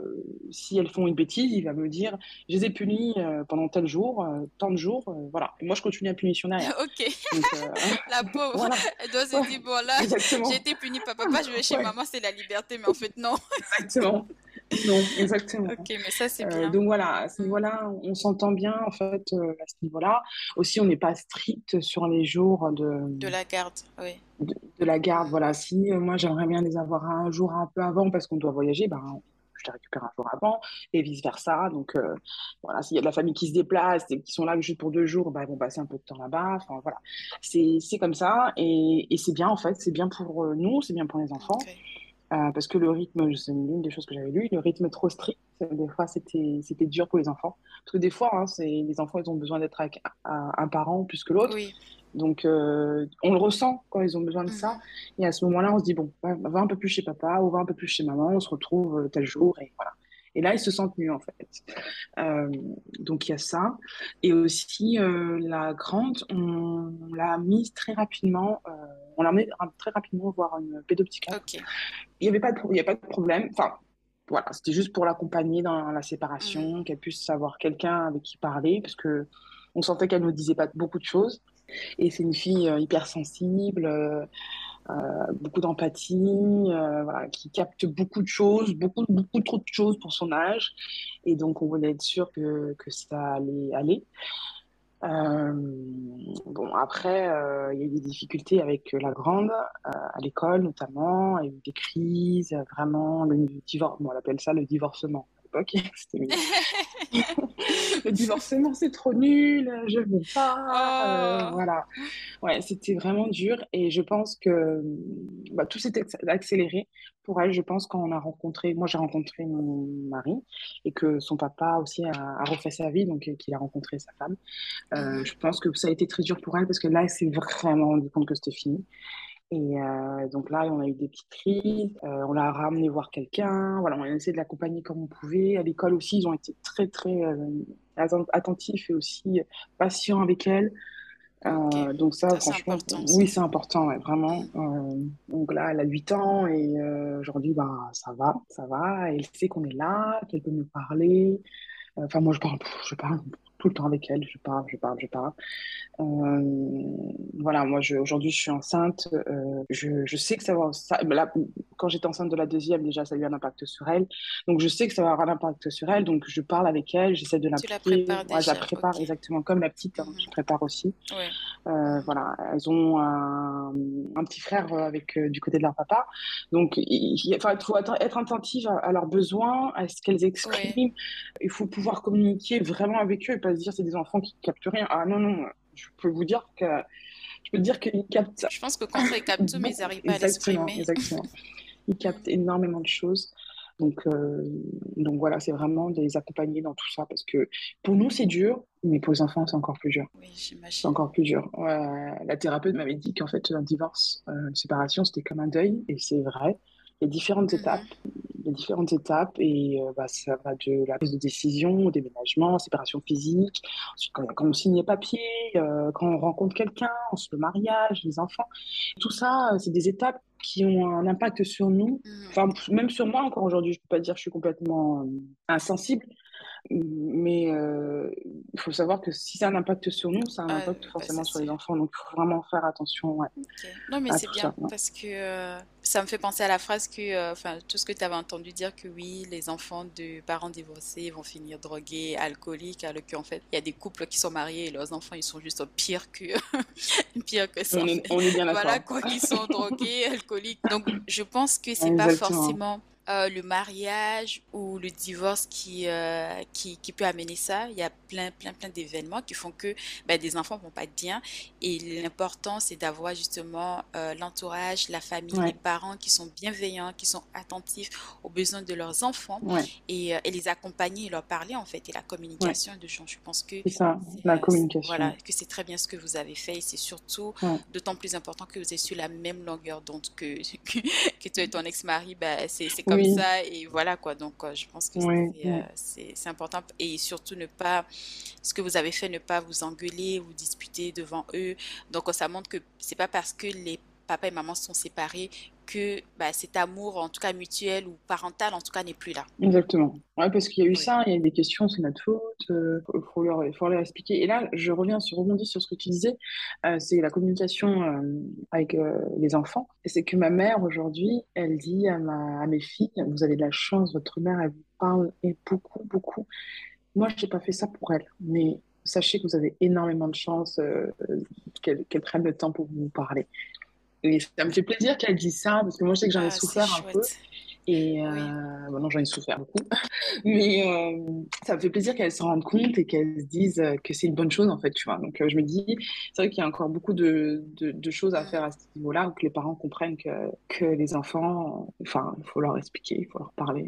si elles font une bêtise, il va me dire, je les ai punies pendant tel jour, tant de jours, voilà. Et moi, je continue la punition derrière. Ok. Donc, La pauvre. voilà. Elle doit se Ouais, dire, bon là, j'ai exactement. été punie par papa, je vais chez Ouais, maman, c'est la liberté. Mais en fait, non. exactement. Non, exactement. Ok, mais ça, c'est bien. Donc voilà, à ce Hmm. niveau-là, on s'entend bien en fait à ce niveau-là. Aussi, on n'est pas strict sur les jours De la garde, oui. de la garde. Hmm. Voilà, si moi j'aimerais bien les avoir un jour un peu avant parce qu'on doit voyager, ben je les récupère un jour avant et vice versa. Donc voilà, s'il y a de la famille qui se déplace et qui sont là juste pour 2 jours, ben, ils vont passer un peu de temps là-bas. Enfin voilà, c'est comme ça et c'est bien en fait, c'est bien pour nous, c'est bien pour les enfants. Ok. Parce que le rythme, c'est une des choses que j'avais lues, le rythme trop strict, des fois c'était dur pour les enfants. Parce que des fois, hein, les enfants, ils ont besoin d'être avec un parent plus que l'autre. Oui. Donc, on le ressent quand ils ont besoin de ça. Mhm. Et à ce moment-là, on se dit, bon, va un peu plus chez papa ou va un peu plus chez maman, on se retrouve tel jour et voilà. Et là, ils se sentent mieux, en fait. Euh, donc, il y a ça. Et aussi, la grande, on l'a mise très rapidement, on l'a emmenée très rapidement voir une pédopsychiatre. Ok. Il y a pas de problème. Enfin, voilà, c'était juste pour l'accompagner dans la Hmm. séparation, qu'elle puisse avoir quelqu'un avec qui parler, parce que on sentait qu'elle ne disait pas beaucoup de choses. Et c'est une fille hypersensible, beaucoup d'empathie, voilà, qui capte beaucoup de choses, beaucoup trop de choses pour son âge. Et donc, on voulait être sûr que ça allait aller. Euh, bon, après, il y a eu des difficultés avec la grande, à l'école notamment. Il y a eu des crises, vraiment, le divorce, bon, on appelle ça le divorcement. l'époque. C'était le divorcement, c'est trop nul, je veux pas. Oh, Voilà. Ouais, c'était vraiment dur et je pense que bah, tout s'est accéléré pour elle. Je pense quand on a rencontré, moi j'ai rencontré mon mari et que son papa aussi a refait sa vie, donc qu'il a rencontré sa femme. mhm. Je pense que ça a été très dur pour elle parce que là, elle s'est vraiment rendue compte que c'était fini. Et donc là, on a eu des petites crises, on l'a ramené voir quelqu'un, voilà, on a essayé de l'accompagner comme on pouvait. À l'école aussi, ils ont été très, très attentifs et aussi patients avec elle. Ok, Donc ça, ça c'est franchement, important ça. oui, c'est important, ouais, vraiment. Mhm. Donc là, elle a 8 ans et aujourd'hui, bah, ça va. Elle sait qu'on est là, qu'elle peut nous parler. Enfin, moi, je parle tout le temps avec elle, je parle. Voilà, moi aujourd'hui je suis enceinte, je sais que là, quand j'étais enceinte de la deuxième déjà ça a eu un impact sur elle, donc je sais que ça va avoir un impact sur elle, donc je parle avec elle, j'essaie de Tu la l'impliquer, prépares ouais, je la déjà, prépare ok. exactement comme la petite, hein, je Mhm. prépare aussi. Ouais. Mhm. Voilà, elles ont un petit frère avec du côté de leur papa, donc enfin, il faut être attentive à leurs besoins, à ce qu'elles Ouais. expriment, il faut pouvoir communiquer vraiment avec eux et pas se dire c'est des enfants qui captent rien, ah non, non, je peux te dire qu'ils captent Je pense que contre ils captent tout, mais ils beaucoup. n'arrivent pas à Exactement, l'exprimer. exactement. Ils captent Mhm. énormément de choses. Donc, euh, donc voilà, c'est vraiment de les accompagner dans tout ça parce que pour nous, c'est dur, mais pour les enfants, c'est encore plus dur. Oui, C'est j'imagine. encore plus dur. La thérapeute m'avait dit qu'en fait, un divorce, une séparation, c'était comme un deuil, et c'est vrai. Il y a différentes étapes. Mhm. Il y a différentes étapes, et bah, ça va de la prise de décision, au déménagement, séparation physique, ensuite quand on signe les papiers, quand on rencontre quelqu'un, ensuite le mariage, les enfants. Tout ça, c'est des étapes qui ont un impact sur nous. Mhm. Enfin, même sur moi encore aujourd'hui, je peux pas dire que je suis complètement insensible, mais il faut savoir que si ça a un impact sur nous, ça a un Ah, impact bah, ça forcément sur les c'est. enfants. Donc, il faut vraiment faire attention, ouais, Ok. Non, mais à c'est tout bien ça. Ouais. parce que ça me fait penser à la phrase que, enfin, tout ce que tu avais entendu dire que oui, les enfants de parents divorcés vont finir drogués, alcooliques, alors qu'en fait, il y a des couples qui sont mariés et leurs enfants, ils sont juste pire que, pire que ça, en fait. On est bien Voilà d'accord. quoi, qui sont drogués, alcooliques. Donc, je pense que c'est pas Exactement. forcément le mariage ou le divorce qui peut amener ça. Il y a plein d'événements qui font que ben, des enfants vont pas être bien. Et l'important, c'est d'avoir justement l'entourage, la famille, les Ouais, parents qui sont bienveillants, qui sont attentifs aux besoins de leurs enfants ouais, et les accompagner et leur parler en fait. Et la ouais. communication de gens, je pense que C'est ça, la voilà, communication. que c'est très bien ce que vous avez fait et c'est surtout Ouais, d'autant plus important que vous êtes sur la même longueur d'onde que toi et ton ex-mari, bah, c'est comme oui, ça et voilà quoi. Donc, je pense que ouais, ouais. c'est important et surtout ne pas, ce que vous avez fait, ne pas vous engueuler, vous disputer devant eux. Donc, ça montre que c'est pas parce que les papa et maman sont séparés que bah, cet amour, en tout cas mutuel ou parental, en tout cas, n'est plus là. Exactement. Ouais, parce qu'il y a eu Oui. ça, il y a eu des questions, c'est notre faute, faut leur expliquer. Et là, rebondis sur ce que tu disais, c'est la communication avec les enfants. Et c'est que ma mère, aujourd'hui, elle dit à mes filles, vous avez de la chance, votre mère, elle vous parle et beaucoup, beaucoup. Moi, j'ai pas fait ça pour elle, mais sachez que vous avez énormément de chance qu'elle prenne le temps pour vous parler. Et ça me fait plaisir qu'elle dise ça, parce que moi, je sais que j'en ai Ah, c'est souffert un peu. chouette. Et Oui. bon, non, j'en ai souffert beaucoup. Mais ça me fait plaisir qu'elles s'en rendent compte et qu'elles se disent que c'est une bonne chose, en fait, tu vois. Donc, je me dis, c'est vrai qu'il y a encore beaucoup de choses à faire Mhm. à ce niveau-là, où que les parents comprennent que les enfants, enfin, il faut leur expliquer, il faut leur parler,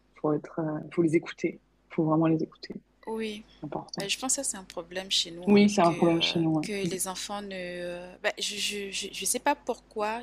faut les écouter, il faut vraiment les écouter. Oui. C'est important. Je pense que ça, c'est un problème chez nous, hein, Oui, c'est un problème chez nous. Ouais. que les enfants ne... je sais pas pourquoi,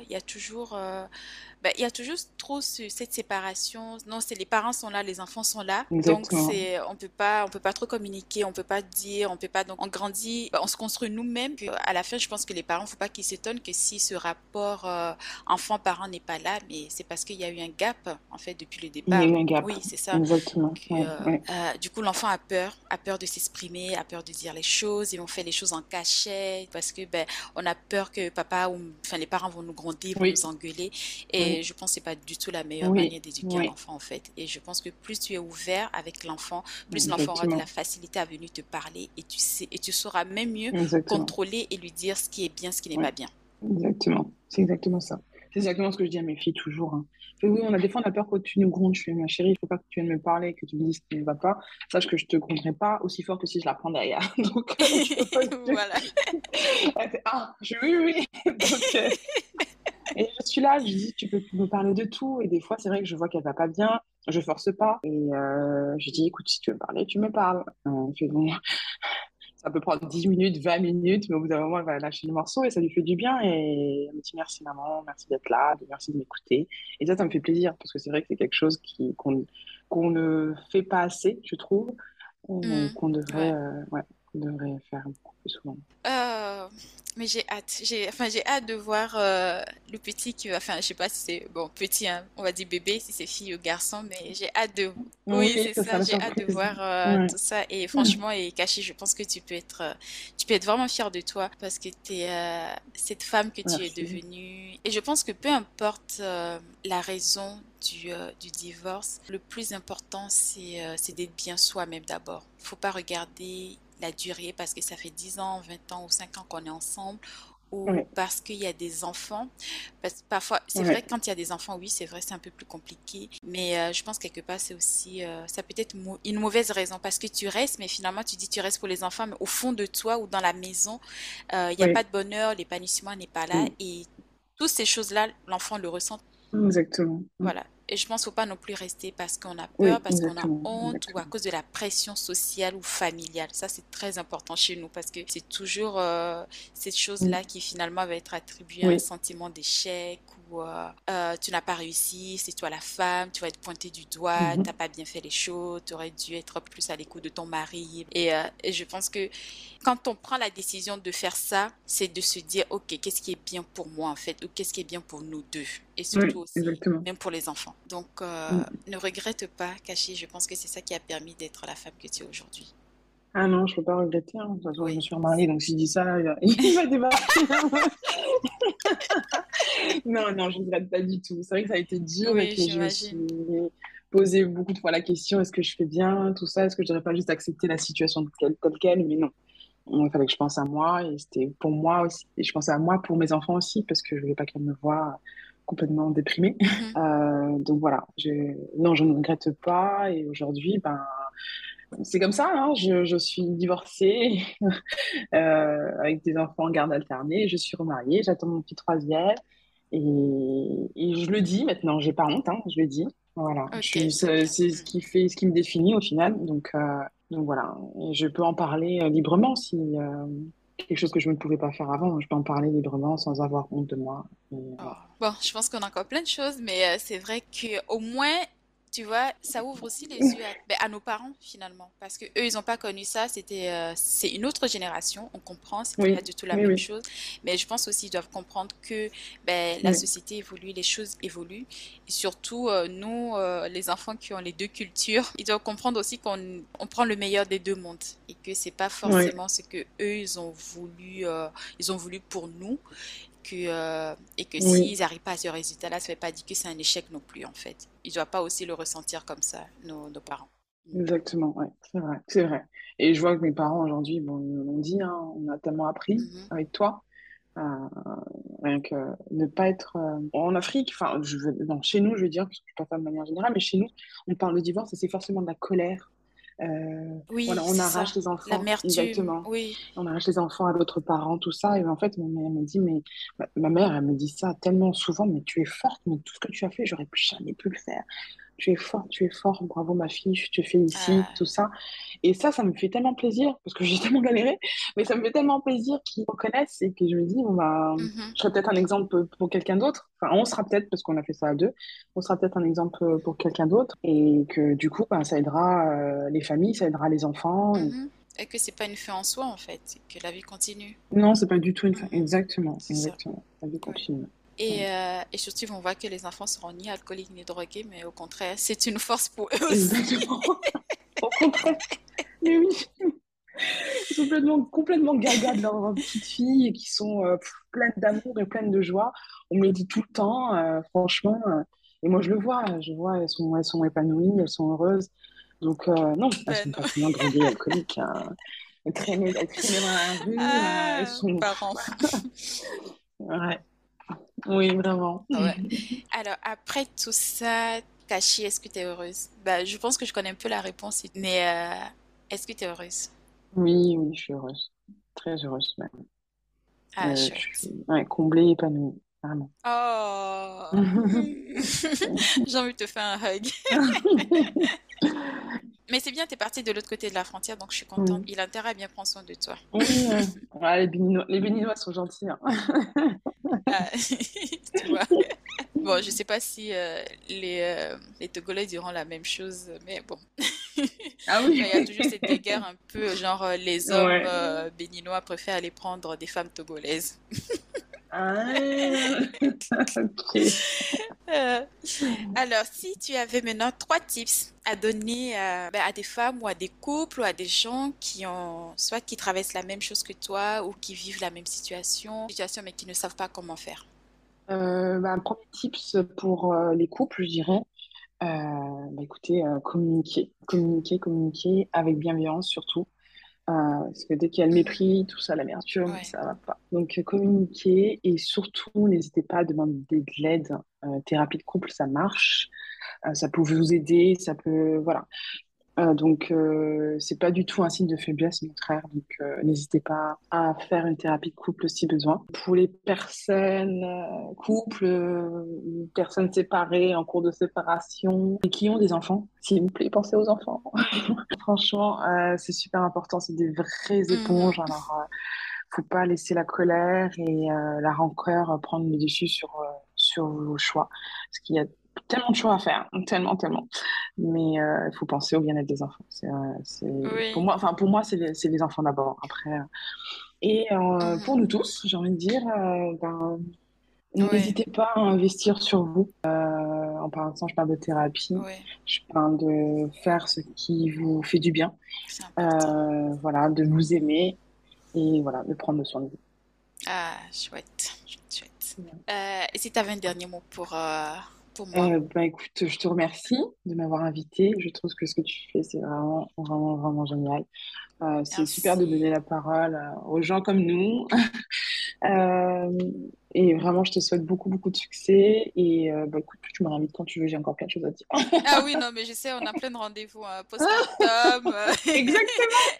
il y a toujours trop cette séparation. Non, c'est les parents sont là, les enfants sont là. Donc, Exactement. on peut pas trop communiquer, on peut pas dire, on peut pas. Donc, on grandit, on se construit nous-mêmes. À la fin, je pense que les parents, faut pas qu'ils s'étonnent que si ce rapport enfant-parent n'est pas là, mais c'est parce qu'il y a eu un gap, en fait, depuis le Il y a départ. eu un gap. Oui, c'est ça. Exactement. Ouais, ouais. Du coup, l'enfant a peur de s'exprimer, a peur de dire les choses, et on fait les choses en cachette parce que ben on a peur que papa ou enfin les parents vont nous gronder, vont nous Oui, engueuler. oui, Et je pense que c'est pas du tout la meilleure oui, manière d'éduquer un oui. enfant en fait. Et je pense que plus tu es ouvert avec l'enfant, plus l'enfant aura de la Exactement. facilité à venir te parler et tu sais et tu sauras même mieux Exactement. contrôler et lui dire ce qui est bien, ce qui n'est pas Oui, bien. exactement. C'est exactement ça. C'est exactement ce que je dis à mes filles toujours, hein. Je fais, oui, des fois, on a peur que tu nous grondes. Je fais, ma chérie, il faut pas que tu viennes me parler, que tu me dises ce qui ne va pas. Sache que je te gronderai pas aussi fort que si je la prends derrière. Donc, je peux pas. Voilà. Elle fait, ah, oui, oui. Donc, et je suis là, je dis, tu peux me parler de tout. Et des fois, c'est vrai que je vois qu'elle va pas bien. Je force pas. Et je dis, écoute, si tu veux parler, tu me parles. Elle fait, bon, ça peut prendre 10 minutes, 20 minutes, mais au bout d'un moment, elle va lâcher le morceau et ça lui fait du bien. Et elle me dit merci maman, merci d'être là, merci de m'écouter. Et ça me fait plaisir parce que c'est vrai que c'est quelque chose qu'on ne fait pas assez, je trouve, Hmm, qu'on devrait, ouais. ouais, qu'on devrait faire beaucoup plus souvent. Euh, mais j'ai hâte. J'ai hâte de voir le petit qui va. Enfin, je sais pas si c'est bon petit, hein, on va dire bébé, si c'est fille ou garçon, mais j'ai hâte de. Oui, Oui, c'est ça sera ça. la J'ai hâte de surprise. voir Ouais. tout ça. Et franchement, et Kachi, je pense que tu peux être vraiment fière de toi parce que tu es cette femme que tu es Merci. devenue. Et je pense que peu importe la raison du divorce, le plus important, c'est d'être bien soi-même d'abord. Faut pas regarder la durée parce que ça fait 10 ans, 20 ans ou 5 ans qu'on est ensemble ou Ouais, parce qu'il y a des enfants. Parce que parfois, c'est vrai, ouais, quand il y a des enfants, oui, c'est vrai, c'est un peu plus compliqué. Mais je pense quelque part, c'est aussi, ça peut être une mauvaise raison parce que tu restes, mais finalement, tu dis tu restes pour les enfants, mais au fond de toi ou dans la maison, il n'y a pas ouais. de bonheur, l'épanouissement n'est pas là. Mm. Et toutes ces choses-là, l'enfant le ressent. Exactement. Mm. Voilà. Et je pense qu'il ne faut pas non plus rester parce qu'on a peur, Oui, parce qu'on a exactement, honte ou à exactement. cause de la pression sociale ou familiale. Ça, c'est très important chez nous parce que c'est toujours cette Mm. chose-là qui finalement va être attribuée à un Oui. sentiment d'échec ou tu n'as pas réussi, c'est toi la femme, tu vas être pointé du doigt, tu Mhm. n'as pas bien fait les choses, tu aurais dû être plus à l'écoute de ton mari. Et je pense que quand on prend la décision de faire ça, c'est de se dire, OK, qu'est-ce qui est bien pour moi en fait, ou qu'est-ce qui est bien pour nous deux, et surtout Oui, aussi, exactement. même pour les enfants. Donc, Mm. ne regrette pas, Kachi, je pense que c'est ça qui a permis d'être la femme que tu es aujourd'hui. Ah non, je peux pas regretter, hein. De toute façon, je me Oui, suis remariée, donc s'il dit ça, il va débarquer. Non, non, je ne regrette pas du tout. C'est vrai que ça a été dur et oui, que je me suis j'imagine. posé beaucoup de fois la question, est-ce que je fais bien, tout ça, est-ce que je devrais pas juste accepter la situation telle qu'elle, mais non. Il fallait que je pense à moi et c'était pour moi aussi. Et je pensais à moi pour mes enfants aussi parce que je voulais pas qu'elles me voient complètement déprimée. Mhm. Donc voilà, non, je ne regrette pas et aujourd'hui, ben, c'est comme ça, hein. Je suis divorcée avec des enfants en garde alternée. Je suis remariée, j'attends mon petit troisième. Et je le dis maintenant, j'ai pas honte, hein, je le dis. Voilà, Ok, c'est c'est bien. ce Mm. qui fait, ce qui me définit au final. Donc voilà, et je peux en parler librement si quelque chose que je ne pouvais pas faire avant. Je peux en parler librement sans avoir honte de moi. Et Oh. voilà. Bon, je pense qu'on a encore plein de choses, mais c'est vrai que au moins, tu vois, ça ouvre aussi les yeux à nos parents finalement, parce que eux, ils n'ont pas connu ça. C'est une autre génération. On comprend, c'était pas Oui, du tout la oui, même oui, chose, mais je pense aussi ils doivent comprendre que ben, la oui, société évolue, les choses évoluent, et surtout nous, les enfants qui ont les deux cultures, ils doivent comprendre aussi qu'on prend le meilleur des deux mondes et que c'est pas oui, forcément ce que eux ils ont voulu pour nous et que oui, s'ils n'arrivent pas à ce résultat-là, ça ne veut pas dire que c'est un échec non plus, en fait. Ils ne doivent pas aussi le ressentir comme ça, nos parents. Mm. exactement, ouais, c'est vrai, c'est vrai. Et je vois que mes parents aujourd'hui, bon, ils me l'ont dit, hein, on a tellement appris Mhm. avec toi. Euh, Rien que ne pas être en Afrique, enfin, non, chez nous, je veux dire, parce que je ne parle pas de manière générale, mais chez nous, on parle de divorce et c'est forcément de la colère. Oui, Voilà, on c'est ça. arrache les enfants, L'amertume, exactement. oui. On arrache les enfants à d'autres parents, tout ça. Et en fait, ma mère me dit, mais ma mère, elle me dit ça tellement souvent, mais tu es forte, mais tout ce que tu as fait, j'aurais jamais pu le faire. Tu es forte, bravo ma fille, je te félicite, Ah, tout ça. Et ça me fait tellement plaisir, parce que j'ai tellement galéré, mais ça me fait tellement plaisir qu'ils reconnaissent et que je me dis, bon, bah, mhm, je serai peut-être un exemple pour quelqu'un d'autre. Enfin, on sera peut-être, parce qu'on a fait ça à deux, on sera peut-être un exemple pour quelqu'un d'autre. Et que du coup, bah, ça aidera les familles, ça aidera les enfants. mhm. Et que c'est pas une fin en soi, en fait, que la vie continue. Non, c'est pas du tout une fin. Mhm. Exactement, C'est ça. exactement. La vie Oui. continue. Ouais. Et surtout, on voit que les enfants seront ni alcooliques ni drogués, mais au contraire, c'est une force pour eux aussi. Exactement. Au contraire. Mais oui. Ils sont complètement gaga de leur petite fille et qui sont pleines d'amour et pleines de joie. On me le dit tout le temps, franchement. Et moi, je vois, elles sont épanouies, elles sont heureuses. Donc, non, elles Ben sont pas non. forcément droguées, alcooliques, hein. Elles traînaient dans la rue, elles Ah, sont. parents. Ouais. Oui, vraiment. Ah ouais. Alors, après tout ça, Kashi, est-ce que tu es heureuse? Bah, je pense que je connais un peu la réponse, mais est-ce que tu es heureuse? Oui, oui, je suis heureuse. Très heureuse même. Ah, Je suis chouette. ouais, comblée, épanouie, vraiment. Oh, j'ai envie de te faire un hug. Mais c'est bien, t'es partie de l'autre côté de la frontière, donc je suis contente. Oui, Il a intérêt à bien prendre soin de toi. oui, ouais, les Béninois sont gentils, hein. Ah, tu vois. Bon, je sais pas si les Togolais diront la même chose, mais bon. Ah Il oui. y a toujours cette guerre un peu, genre les hommes Ouais. béninois préfèrent aller prendre des femmes togolaises. Ah, ok. Euh, alors, si tu avais maintenant trois tips à donner à des femmes ou à des couples ou à des gens qui ont, soit qui traversent la même chose que toi ou qui vivent la même situation mais qui ne savent pas comment faire. Bah, un premier tips pour les couples, je dirais, bah, écoutez, communiquer avec bienveillance surtout. Parce que dès qu'il y a le Mhm. mépris, tout ça, l'amertume, Ouais. ça va pas. Donc, communiquer et surtout, n'hésitez pas à demander de l'aide. Thérapie de couple, ça marche. Ça peut vous aider, ça peut, voilà. Donc, c'est pas du tout un signe de faiblesse, au contraire. Donc, n'hésitez pas à faire une thérapie de couple si besoin. Pour les personnes, couples, personnes séparées, en cours de séparation, et qui ont des enfants, s'il vous plaît, pensez aux enfants. Franchement, c'est super important. C'est des vraies Mhm. éponges. Alors, faut pas laisser la colère et la rancœur prendre le dessus sur vos choix. Parce qu'il y a tellement de choix à faire, tellement, tellement. Mais il faut penser au bien-être des enfants. Oui. Pour moi, c'est les enfants d'abord. Après, et pour Mhm. nous tous, j'ai envie de dire, ben, Oui. n'hésitez pas à investir sur vous. En parlant de ça, je parle de thérapie. Oui. Je parle de faire ce qui vous fait du bien. C'est important. Voilà, de vous aimer et voilà, de prendre soin de vous. Ah, chouette. Chouette, chouette. Et si tu avais un dernier mot pour moi? Bah, écoute, je te remercie de m'avoir invité. Je trouve que ce que tu fais, c'est vraiment, vraiment, vraiment génial. C'est super de donner Merci. la parole aux gens comme nous. Euh, et vraiment, je te souhaite beaucoup, beaucoup de succès. Et bah, écoute, tu me réinvites quand tu veux, j'ai encore plein de choses à dire. Ah oui, non, mais je sais, on a plein de rendez-vous, hein, postpartum, Exactement,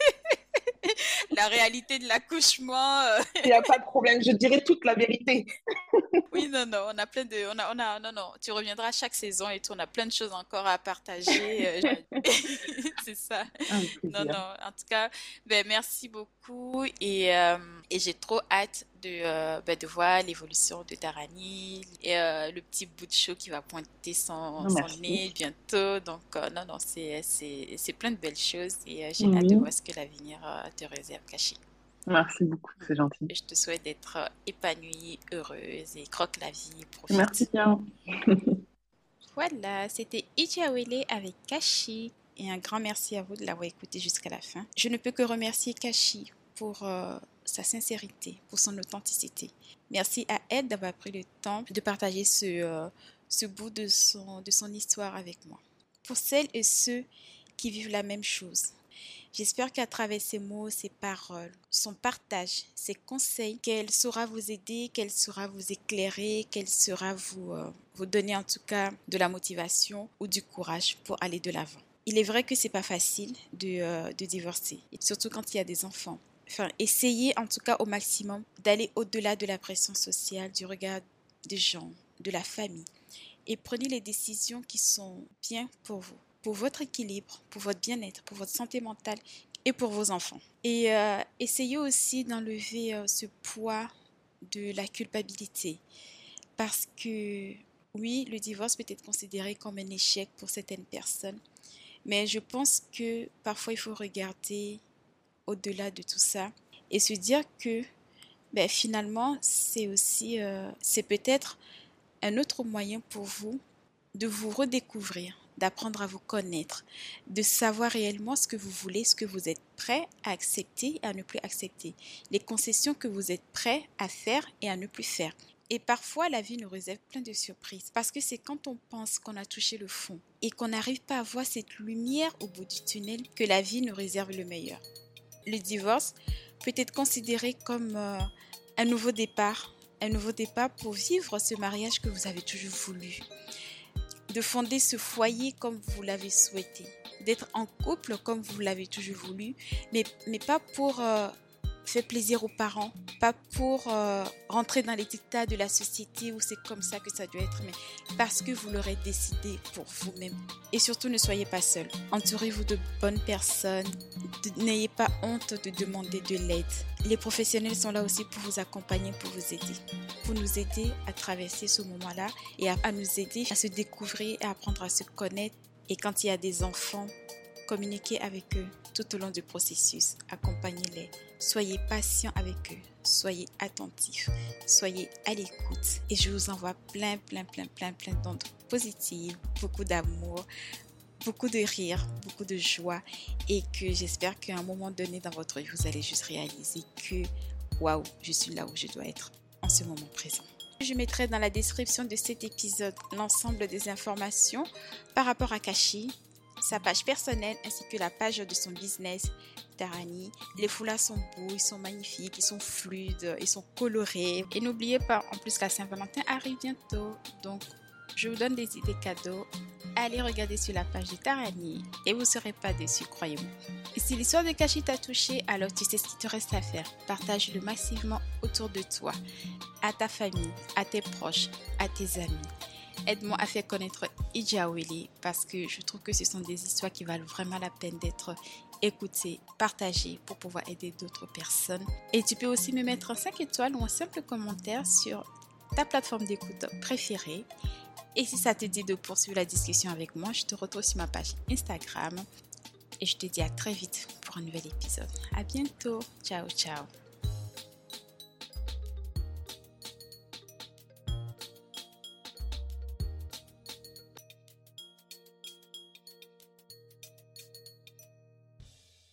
la réalité de l'accouchement. il n'y a pas de problème, je dirai toute la vérité. Oui, non, non, on a plein de, non, non, tu reviendras chaque saison et tout, on a plein de choses encore à partager. C'est ça. Avec Non, plaisir. non, en tout cas, ben, merci beaucoup et j'ai trop hâte de voir l'évolution de Tarani et le petit bout de chou qui va pointer son Merci. nez bientôt. Donc, non, non, c'est plein de belles choses et j'ai hâte de Oui, voir ce que l'avenir te réserve, Caché. merci beaucoup, c'est gentil. Je te souhaite d'être épanouie, heureuse et croque la vie, Merci profite. bien. Voilà, c'était Ichiawele avec Kashi et un grand merci à vous de l'avoir écouté jusqu'à la fin. Je ne peux que remercier Kashi pour sa sincérité, pour son authenticité. Merci à elle d'avoir pris le temps de partager ce bout de son histoire avec moi. Pour celles et ceux qui vivent la même chose, j'espère qu'à travers ses mots, ses paroles, son partage, ses conseils, qu'elle saura vous aider, qu'elle saura vous éclairer, qu'elle saura vous donner en tout cas de la motivation ou du courage pour aller de l'avant. Il est vrai que c'est pas facile de divorcer, et surtout quand il y a des enfants. Enfin, essayez en tout cas au maximum d'aller au-delà de la pression sociale, du regard des gens, de la famille, et prenez les décisions qui sont bien pour votre équilibre, pour votre bien-être, pour votre santé mentale et pour vos enfants. Et essayez aussi d'enlever ce poids de la culpabilité parce que oui, le divorce peut être considéré comme un échec pour certaines personnes, mais je pense que parfois il faut regarder au-delà de tout ça et se dire que ben, finalement c'est aussi, c'est peut-être un autre moyen pour vous de vous redécouvrir, d'apprendre à vous connaître, de savoir réellement ce que vous voulez, ce que vous êtes prêt à accepter et à ne plus accepter, les concessions que vous êtes prêt à faire et à ne plus faire. Et parfois, la vie nous réserve plein de surprises parce que c'est quand on pense qu'on a touché le fond et qu'on n'arrive pas à voir cette lumière au bout du tunnel que la vie nous réserve le meilleur. Le divorce peut être considéré comme un nouveau départ, un nouveau départ pour vivre ce mariage que vous avez toujours voulu, de fonder ce foyer comme vous l'avez souhaité, d'être en couple comme vous l'avez toujours voulu, mais pas pour faire plaisir aux parents, pas pour rentrer dans les dictats de la société où c'est comme ça que ça doit être, mais parce que vous l'aurez décidé pour vous-même. Et surtout, ne soyez pas seul. Entourez-vous de bonnes personnes. N'ayez pas honte de demander de l'aide. Les professionnels sont là aussi pour vous accompagner, pour vous aider. Pour nous aider à traverser ce moment-là et à nous aider à se découvrir et à apprendre à se connaître. Et quand il y a des enfants, communiquez avec eux tout au long du processus. Accompagnez-les. Soyez patient avec eux. Soyez attentifs. Soyez à l'écoute. Et je vous envoie plein d'ondes positives, beaucoup d'amour, beaucoup de rire, beaucoup de joie. Et que j'espère qu'à un moment donné dans votre vie, vous allez juste réaliser que waouh, je suis là où je dois être en ce moment présent. Je mettrai dans la description de cet épisode l'ensemble des informations par rapport à Kashi, sa page personnelle ainsi que la page de son business Tarani. Les foulards sont beaux, ils sont magnifiques, ils sont fluides, ils sont colorés. Et n'oubliez pas, en plus la Saint-Valentin arrive bientôt, donc je vous donne des idées cadeaux. Allez regarder sur la page de Tarani et vous ne serez pas déçus, croyez-moi. Et si l'histoire de Kashi t'a touché, alors tu sais ce qu'il te reste à faire. Partage-le massivement autour de toi, à ta famille, à tes proches, à tes amis. Aide-moi à faire connaître Ijeawele parce que je trouve que ce sont des histoires qui valent vraiment la peine d'être écoutées, partagées pour pouvoir aider d'autres personnes. Et tu peux aussi me mettre un 5 étoiles ou un simple commentaire sur ta plateforme d'écoute préférée. Et si ça te dit de poursuivre la discussion avec moi, je te retrouve sur ma page Instagram. Et je te dis à très vite pour un nouvel épisode. À bientôt. Ciao, ciao.